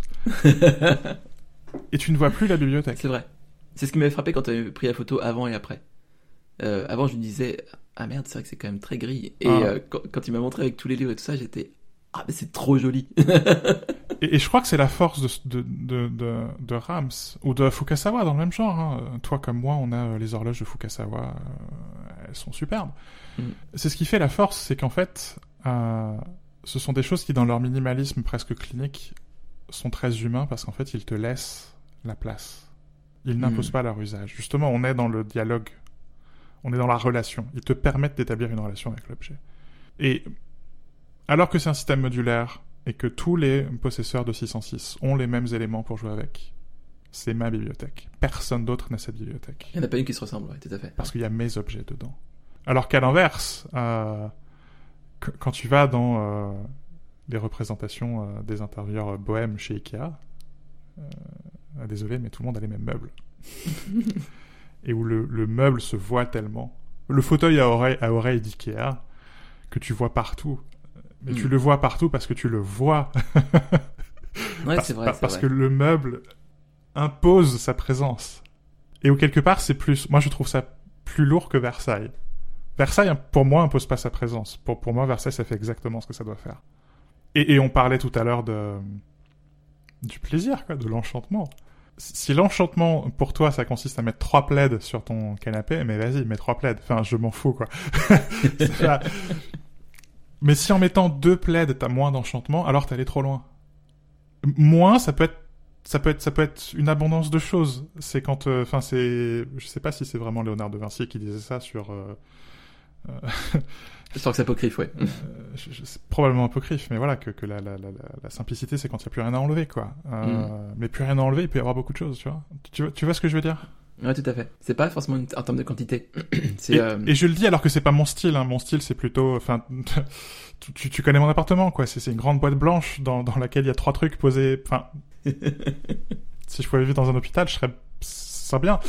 Et tu ne vois plus la bibliothèque. C'est vrai. C'est ce qui m'avait frappé quand tu avais pris la photo avant et après. Euh, avant, je me disais, ah merde, c'est vrai que c'est quand même très gris. Et Ah. euh, quand, quand tu m'as montré avec tous les livres et tout ça, j'étais, ah mais c'est trop joli. Et, et je crois que c'est la force de, de, de, de, de Rams, ou de Fukasawa dans le même genre. Hein. Toi comme moi, on a euh, les horloges de Fukasawa, euh, elles sont superbes. Mm. C'est ce qui fait la force, c'est qu'en fait, euh, ce sont des choses qui, dans leur minimalisme presque clinique, sont très humains parce qu'en fait, ils te laissent la place. Ils n'imposent mm. pas leur usage. Justement, on est dans le dialogue, on est dans la relation. Ils te permettent d'établir une relation avec l'objet. Et alors que c'est un système modulaire, et que tous les possesseurs de six cent six ont les mêmes éléments pour jouer avec, c'est ma bibliothèque. Personne d'autre n'a cette bibliothèque. Il n'y en a pas une qui se ressemble, ouais, tout à fait. Parce qu'il y a mes objets dedans. Alors qu'à l'inverse, euh, qu- quand tu vas dans euh, les représentations euh, des intérieurs bohèmes chez Ikea, euh, désolé, mais tout le monde a les mêmes meubles. Et où le, le meuble se voit tellement. Le fauteuil à oreille, à oreille d'Ikea, que tu vois partout. Mais mm. tu le vois partout parce que tu le vois. Ouais, parce, c'est vrai. Parce, c'est parce vrai. que le meuble impose sa présence. Et où quelque part, c'est plus... Moi, je trouve ça plus lourd que Versailles. Versailles, pour moi, impose pas sa présence. Pour, pour moi, Versailles, ça fait exactement ce que ça doit faire. Et, et on parlait tout à l'heure de... du plaisir, quoi, de l'enchantement. Si l'enchantement, pour toi, ça consiste à mettre trois plaids sur ton canapé, mais vas-y, mets trois plaids. Enfin, je m'en fous, quoi. Là... Mais si en mettant deux plaids, t'as moins d'enchantement, alors t'es allé trop loin. Moins, ça peut être, ça peut être, ça peut être une abondance de choses. C'est quand, enfin, euh, c'est, je sais pas si c'est vraiment Léonard de Vinci qui disait ça sur. Euh, euh... Je sens que c'est apocryphe, ouais. euh, je, je, c'est probablement apocryphe, mais voilà que, que la, la, la, la simplicité, c'est quand il y a plus rien à enlever, quoi. Euh, mm. Mais plus rien à enlever, il peut y avoir beaucoup de choses, tu vois. Tu, tu vois ce que je veux dire? Ouais, tout à fait. C'est pas forcément une... en termes de quantité. c'est, et, euh... et je le dis alors que c'est pas mon style. Hein. Mon style, c'est plutôt, enfin, tu, tu connais mon appartement, quoi. C'est, c'est une grande boîte blanche dans, dans laquelle il y a trois trucs posés. Enfin, si je pouvais vivre dans un hôpital, je serais, ça serait bien.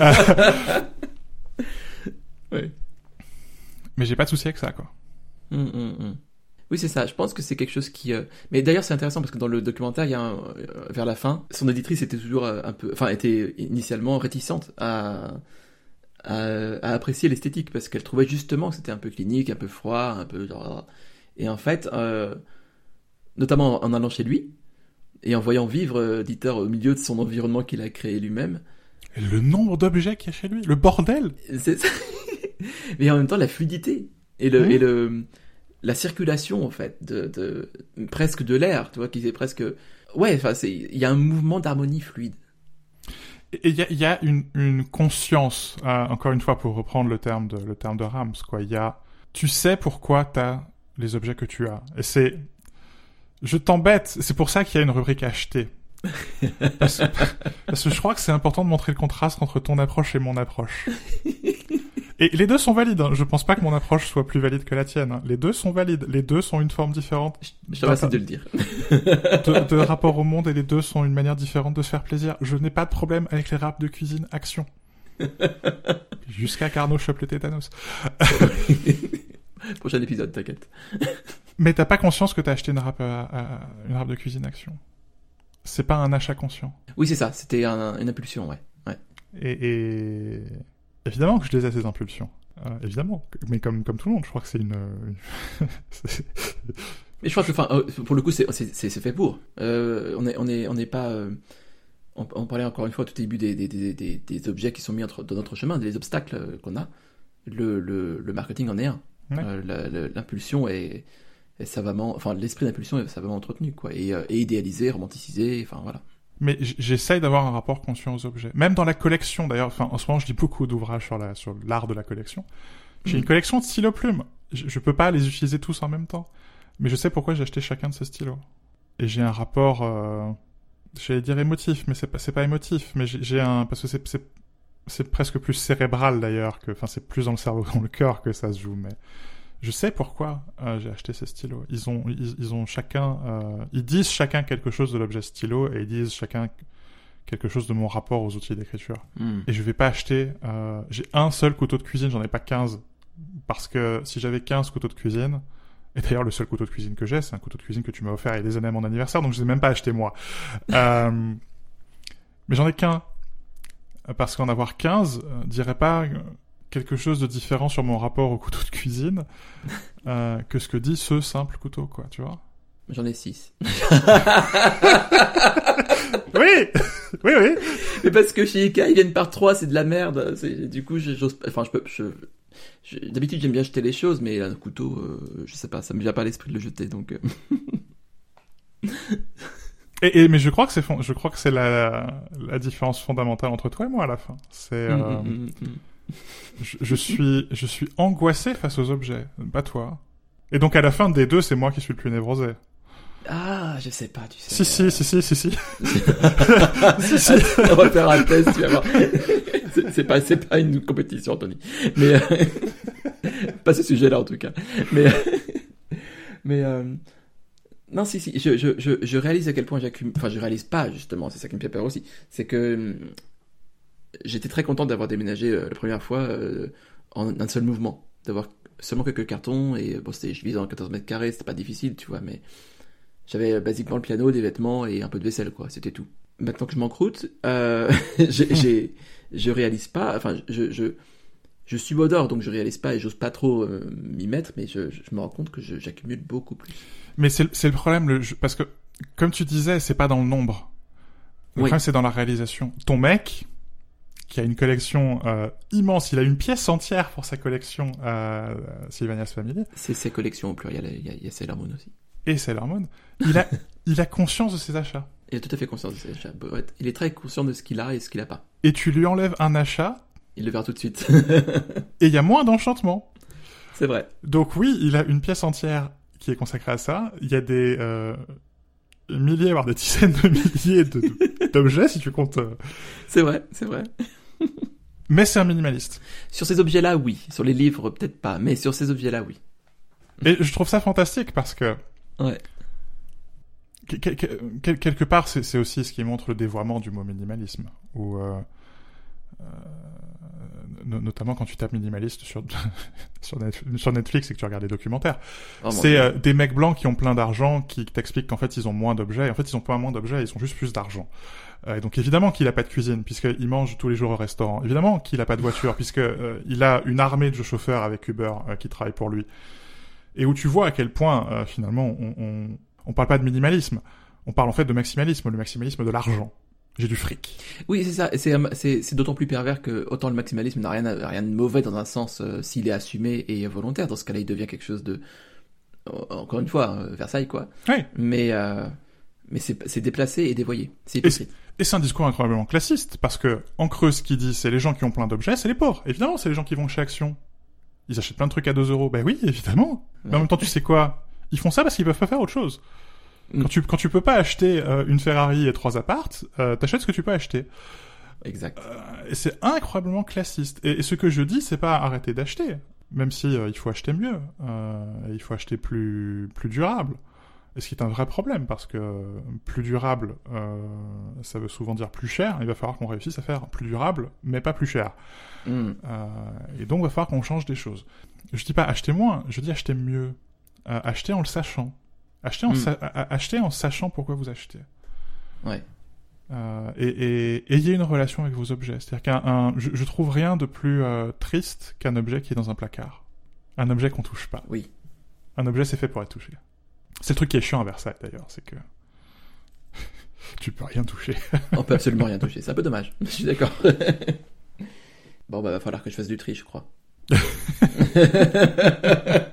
Oui. Mais j'ai pas de souci avec ça, quoi. Mmh, mmh, mmh. Oui, c'est ça. Je pense que c'est quelque chose qui... Euh... Mais d'ailleurs, c'est intéressant parce que dans le documentaire, il y a un... euh, vers la fin, son éditrice était toujours un peu... Enfin, était initialement réticente à... à... à apprécier l'esthétique parce qu'elle trouvait justement que c'était un peu clinique, un peu froid, un peu... Et en fait, euh... notamment en allant chez lui et en voyant vivre euh, Dieter au milieu de son environnement qu'il a créé lui-même... Et le nombre d'objets qu'il y a chez lui, le bordel. C'est ça. Mais en même temps, la fluidité et le... Mmh. Et le... la circulation en fait de, de presque de l'air, tu vois, qui est presque ouais, enfin c'est il y a un mouvement d'harmonie fluide. Et il y a il y a une une conscience euh, encore une fois pour reprendre le terme de le terme de Rams, quoi, il y a tu sais pourquoi t'as les objets que tu as et c'est je t'embête, c'est pour ça qu'il y a une rubrique acheter. parce, parce que je crois que c'est important de montrer le contraste entre ton approche et mon approche. Et les deux sont valides. Hein. Je pense pas que mon approche soit plus valide que la tienne. Hein. Les deux sont valides. Les deux sont une forme différente. Je te remercie de le dire. de, de rapport au monde, et les deux sont une manière différente de se faire plaisir. Je n'ai pas de problème avec les râpes de cuisine action. Jusqu'à qu'Arnaud chope le tétanos. Prochain épisode, t'inquiète. Mais t'as pas conscience que t'as acheté une râpe, à, à, une râpe de cuisine action. C'est pas un achat conscient. Oui, c'est ça. C'était un, une impulsion, ouais. ouais. Et... et... Évidemment que je les ai, ces impulsions. Euh, évidemment. Mais comme, comme tout le monde, je crois que c'est une... une... c'est... Mais je crois que, enfin, pour le coup, c'est, c'est, c'est fait pour. Euh, on est, on est, on n'est pas... Euh, on, on parlait encore une fois au tout début des, des, des, des, des objets qui sont mis entre, dans notre chemin, des obstacles qu'on a. Le, le, le marketing en est un. Ouais. Euh, la, la, l'impulsion est, est savamment... Enfin, l'esprit d'impulsion est savamment entretenu, quoi. Et, et idéalisé, romanticisé, enfin, voilà. Mais j'essaye d'avoir un rapport conscient aux objets. Même dans la collection, d'ailleurs. Enfin, en ce moment, je lis beaucoup d'ouvrages sur la, sur l'art de la collection. J'ai mmh. une collection de stylos-plumes. Je, je peux pas les utiliser tous en même temps. Mais je sais pourquoi j'ai acheté chacun de ces stylos. Et j'ai un rapport, euh, j'allais dire émotif, mais c'est pas, c'est pas émotif. Mais j'ai, j'ai un, parce que c'est, c'est, c'est presque plus cérébral d'ailleurs que, enfin, c'est plus dans le cerveau, dans le cœur que ça se joue. Mais je sais pourquoi euh, j'ai acheté ces stylos. Ils ont, ils, ils ont chacun, euh, ils disent chacun quelque chose de l'objet stylo et ils disent chacun quelque chose de mon rapport aux outils d'écriture. Mm. Et je vais pas acheter, euh, j'ai un seul couteau de cuisine, j'en ai pas quinze. Parce que si j'avais quinze couteaux de cuisine, et d'ailleurs le seul couteau de cuisine que j'ai, c'est un couteau de cuisine que tu m'as offert il y a des années à mon anniversaire, donc je l'ai même pas acheté moi. euh, mais j'en ai qu'un. Parce qu'en avoir quinze, euh, dirait pas quelque chose de différent sur mon rapport au couteau de cuisine euh, que ce que dit ce simple couteau, quoi, tu vois. J'en ai six. Oui, oui, oui. Mais parce que chez Ikea, ils viennent par trois, c'est de la merde. C'est, du coup, j'ose pas. Enfin, je peux. Je, je, d'habitude, j'aime bien jeter les choses, mais un couteau, euh, je sais pas, ça me vient pas à l'esprit de le jeter, donc. Euh... et, et mais je crois que c'est, fond, je crois que c'est la, la différence fondamentale entre toi et moi à la fin. C'est. Euh, mmh, mmh, mmh. je, je suis, je suis angoissé face aux objets, pas toi. Et donc à la fin des deux, c'est moi qui suis le plus névrosé. Ah, je sais pas, tu sais. Si, si, si, si, si, si. si, si. On va faire un test, tu vas voir. C'est, c'est pas, c'est pas une compétition, Anthony. Mais, euh... pas ce sujet-là, en tout cas. Mais, mais, euh... non, si, si, je, je, je, je réalise à quel point j'accumule, enfin, je réalise pas, justement, c'est ça qui me fait peur aussi. C'est que, j'étais très content d'avoir déménagé euh, la première fois, euh, en un seul mouvement. D'avoir seulement quelques cartons, et bon, c'était, je vivais dans quatorze mètres carrés, c'était pas difficile, tu vois, mais, j'avais basiquement le piano, des vêtements et un peu de vaisselle, quoi. C'était tout. Maintenant que je m'encroute, euh, j'ai, j'ai, je réalise pas. Enfin, je, je, je subodore, donc je réalise pas et j'ose pas trop euh, m'y mettre, mais je, je me rends compte que je, j'accumule beaucoup plus. Mais c'est, c'est le problème, le, parce que comme tu disais, c'est pas dans le nombre. Le oui. problème, c'est dans la réalisation. Ton mec, qui a une collection euh, immense, il a une pièce entière pour sa collection euh, Sylvania's Family. C'est ses collections au pluriel. Il y a, il y a Sailor Moon aussi. Et Sailor Moon, il a, il a conscience de ses achats. Il a tout à fait conscience de ses achats. Il est très conscient de ce qu'il a et ce qu'il a pas. Et tu lui enlèves un achat. Il le verra tout de suite. Et il y a moins d'enchantement. C'est vrai. Donc oui, il a une pièce entière qui est consacrée à ça. Il y a des euh, milliers, voire des dizaines de milliers de, d'objets, si tu comptes. Euh... C'est vrai, c'est vrai. Mais c'est un minimaliste. Sur ces objets-là, oui. Sur les livres, peut-être pas. Mais sur ces objets-là, oui. Et je trouve ça fantastique parce que... Ouais. Quel, quel, quelque part, c'est, c'est aussi ce qui montre le dévoiement du mot minimalisme. Ou euh, euh, notamment quand tu tapes minimaliste sur, sur, Netflix, sur Netflix et que tu regardes des documentaires. Oh, c'est euh, des mecs blancs qui ont plein d'argent qui t'expliquent qu'en fait ils ont moins d'objets. Et en fait ils ont pas moins d'objets, ils ont juste plus d'argent. Euh, donc évidemment qu'il a pas de cuisine puisqu'il mange tous les jours au restaurant. Évidemment qu'il a pas de voiture puisque euh, il a une armée de chauffeurs avec Uber euh, qui travaillent pour lui. Et où tu vois à quel point euh, finalement on, on on parle pas de minimalisme, on parle en fait de maximalisme, le maximalisme de l'argent. J'ai du fric. Oui, c'est ça. Et c'est, c'est, c'est d'autant plus pervers que autant le maximalisme n'a rien, rien de mauvais dans un sens euh, s'il est assumé et volontaire. Dans ce cas-là, il devient quelque chose de, encore une fois, euh, Versailles, quoi. Oui. Mais, euh, mais c'est, c'est déplacé et dévoyé. C'est hypocrite. Et c'est, et c'est un discours incroyablement classiste parce que en creux, ce qu'il dit, c'est les gens qui ont plein d'objets, c'est les pauvres. Évidemment, c'est les gens qui vont chez Action. Ils achètent plein de trucs à deux euros. Ben oui, évidemment. Ouais. Mais en même temps, tu sais quoi? Ils font ça parce qu'ils peuvent pas faire autre chose. Mm. Quand tu quand tu peux pas acheter euh, une Ferrari et trois appartes, euh, t'achètes ce que tu peux acheter. Exact. Euh, et c'est incroyablement classiste. Et, et ce que je dis, c'est pas arrêter d'acheter, même si euh, il faut acheter mieux, euh, il faut acheter plus plus durable. Et ce qui est un vrai problème parce que plus durable, euh, ça veut souvent dire plus cher. Il va falloir qu'on réussisse à faire plus durable, mais pas plus cher. Mm. Euh, et donc, il va falloir qu'on change des choses. Je dis pas acheter moins, je dis acheter mieux. Euh, acheter en le sachant. Acheter en, mm. sa- acheter en sachant pourquoi vous achetez. Ouais. Euh, et, et ayez une relation avec vos objets. C'est-à-dire qu'un, un, je, je trouve rien de plus euh, triste qu'un objet qui est dans un placard. Un objet qu'on touche pas. Oui. Un objet, c'est fait pour être touché. C'est le truc qui est chiant à Versailles, d'ailleurs, c'est que tu peux rien toucher. On peut absolument rien toucher. C'est un peu dommage. Je suis d'accord. Bon, bah, va falloir que je fasse du tri, je crois.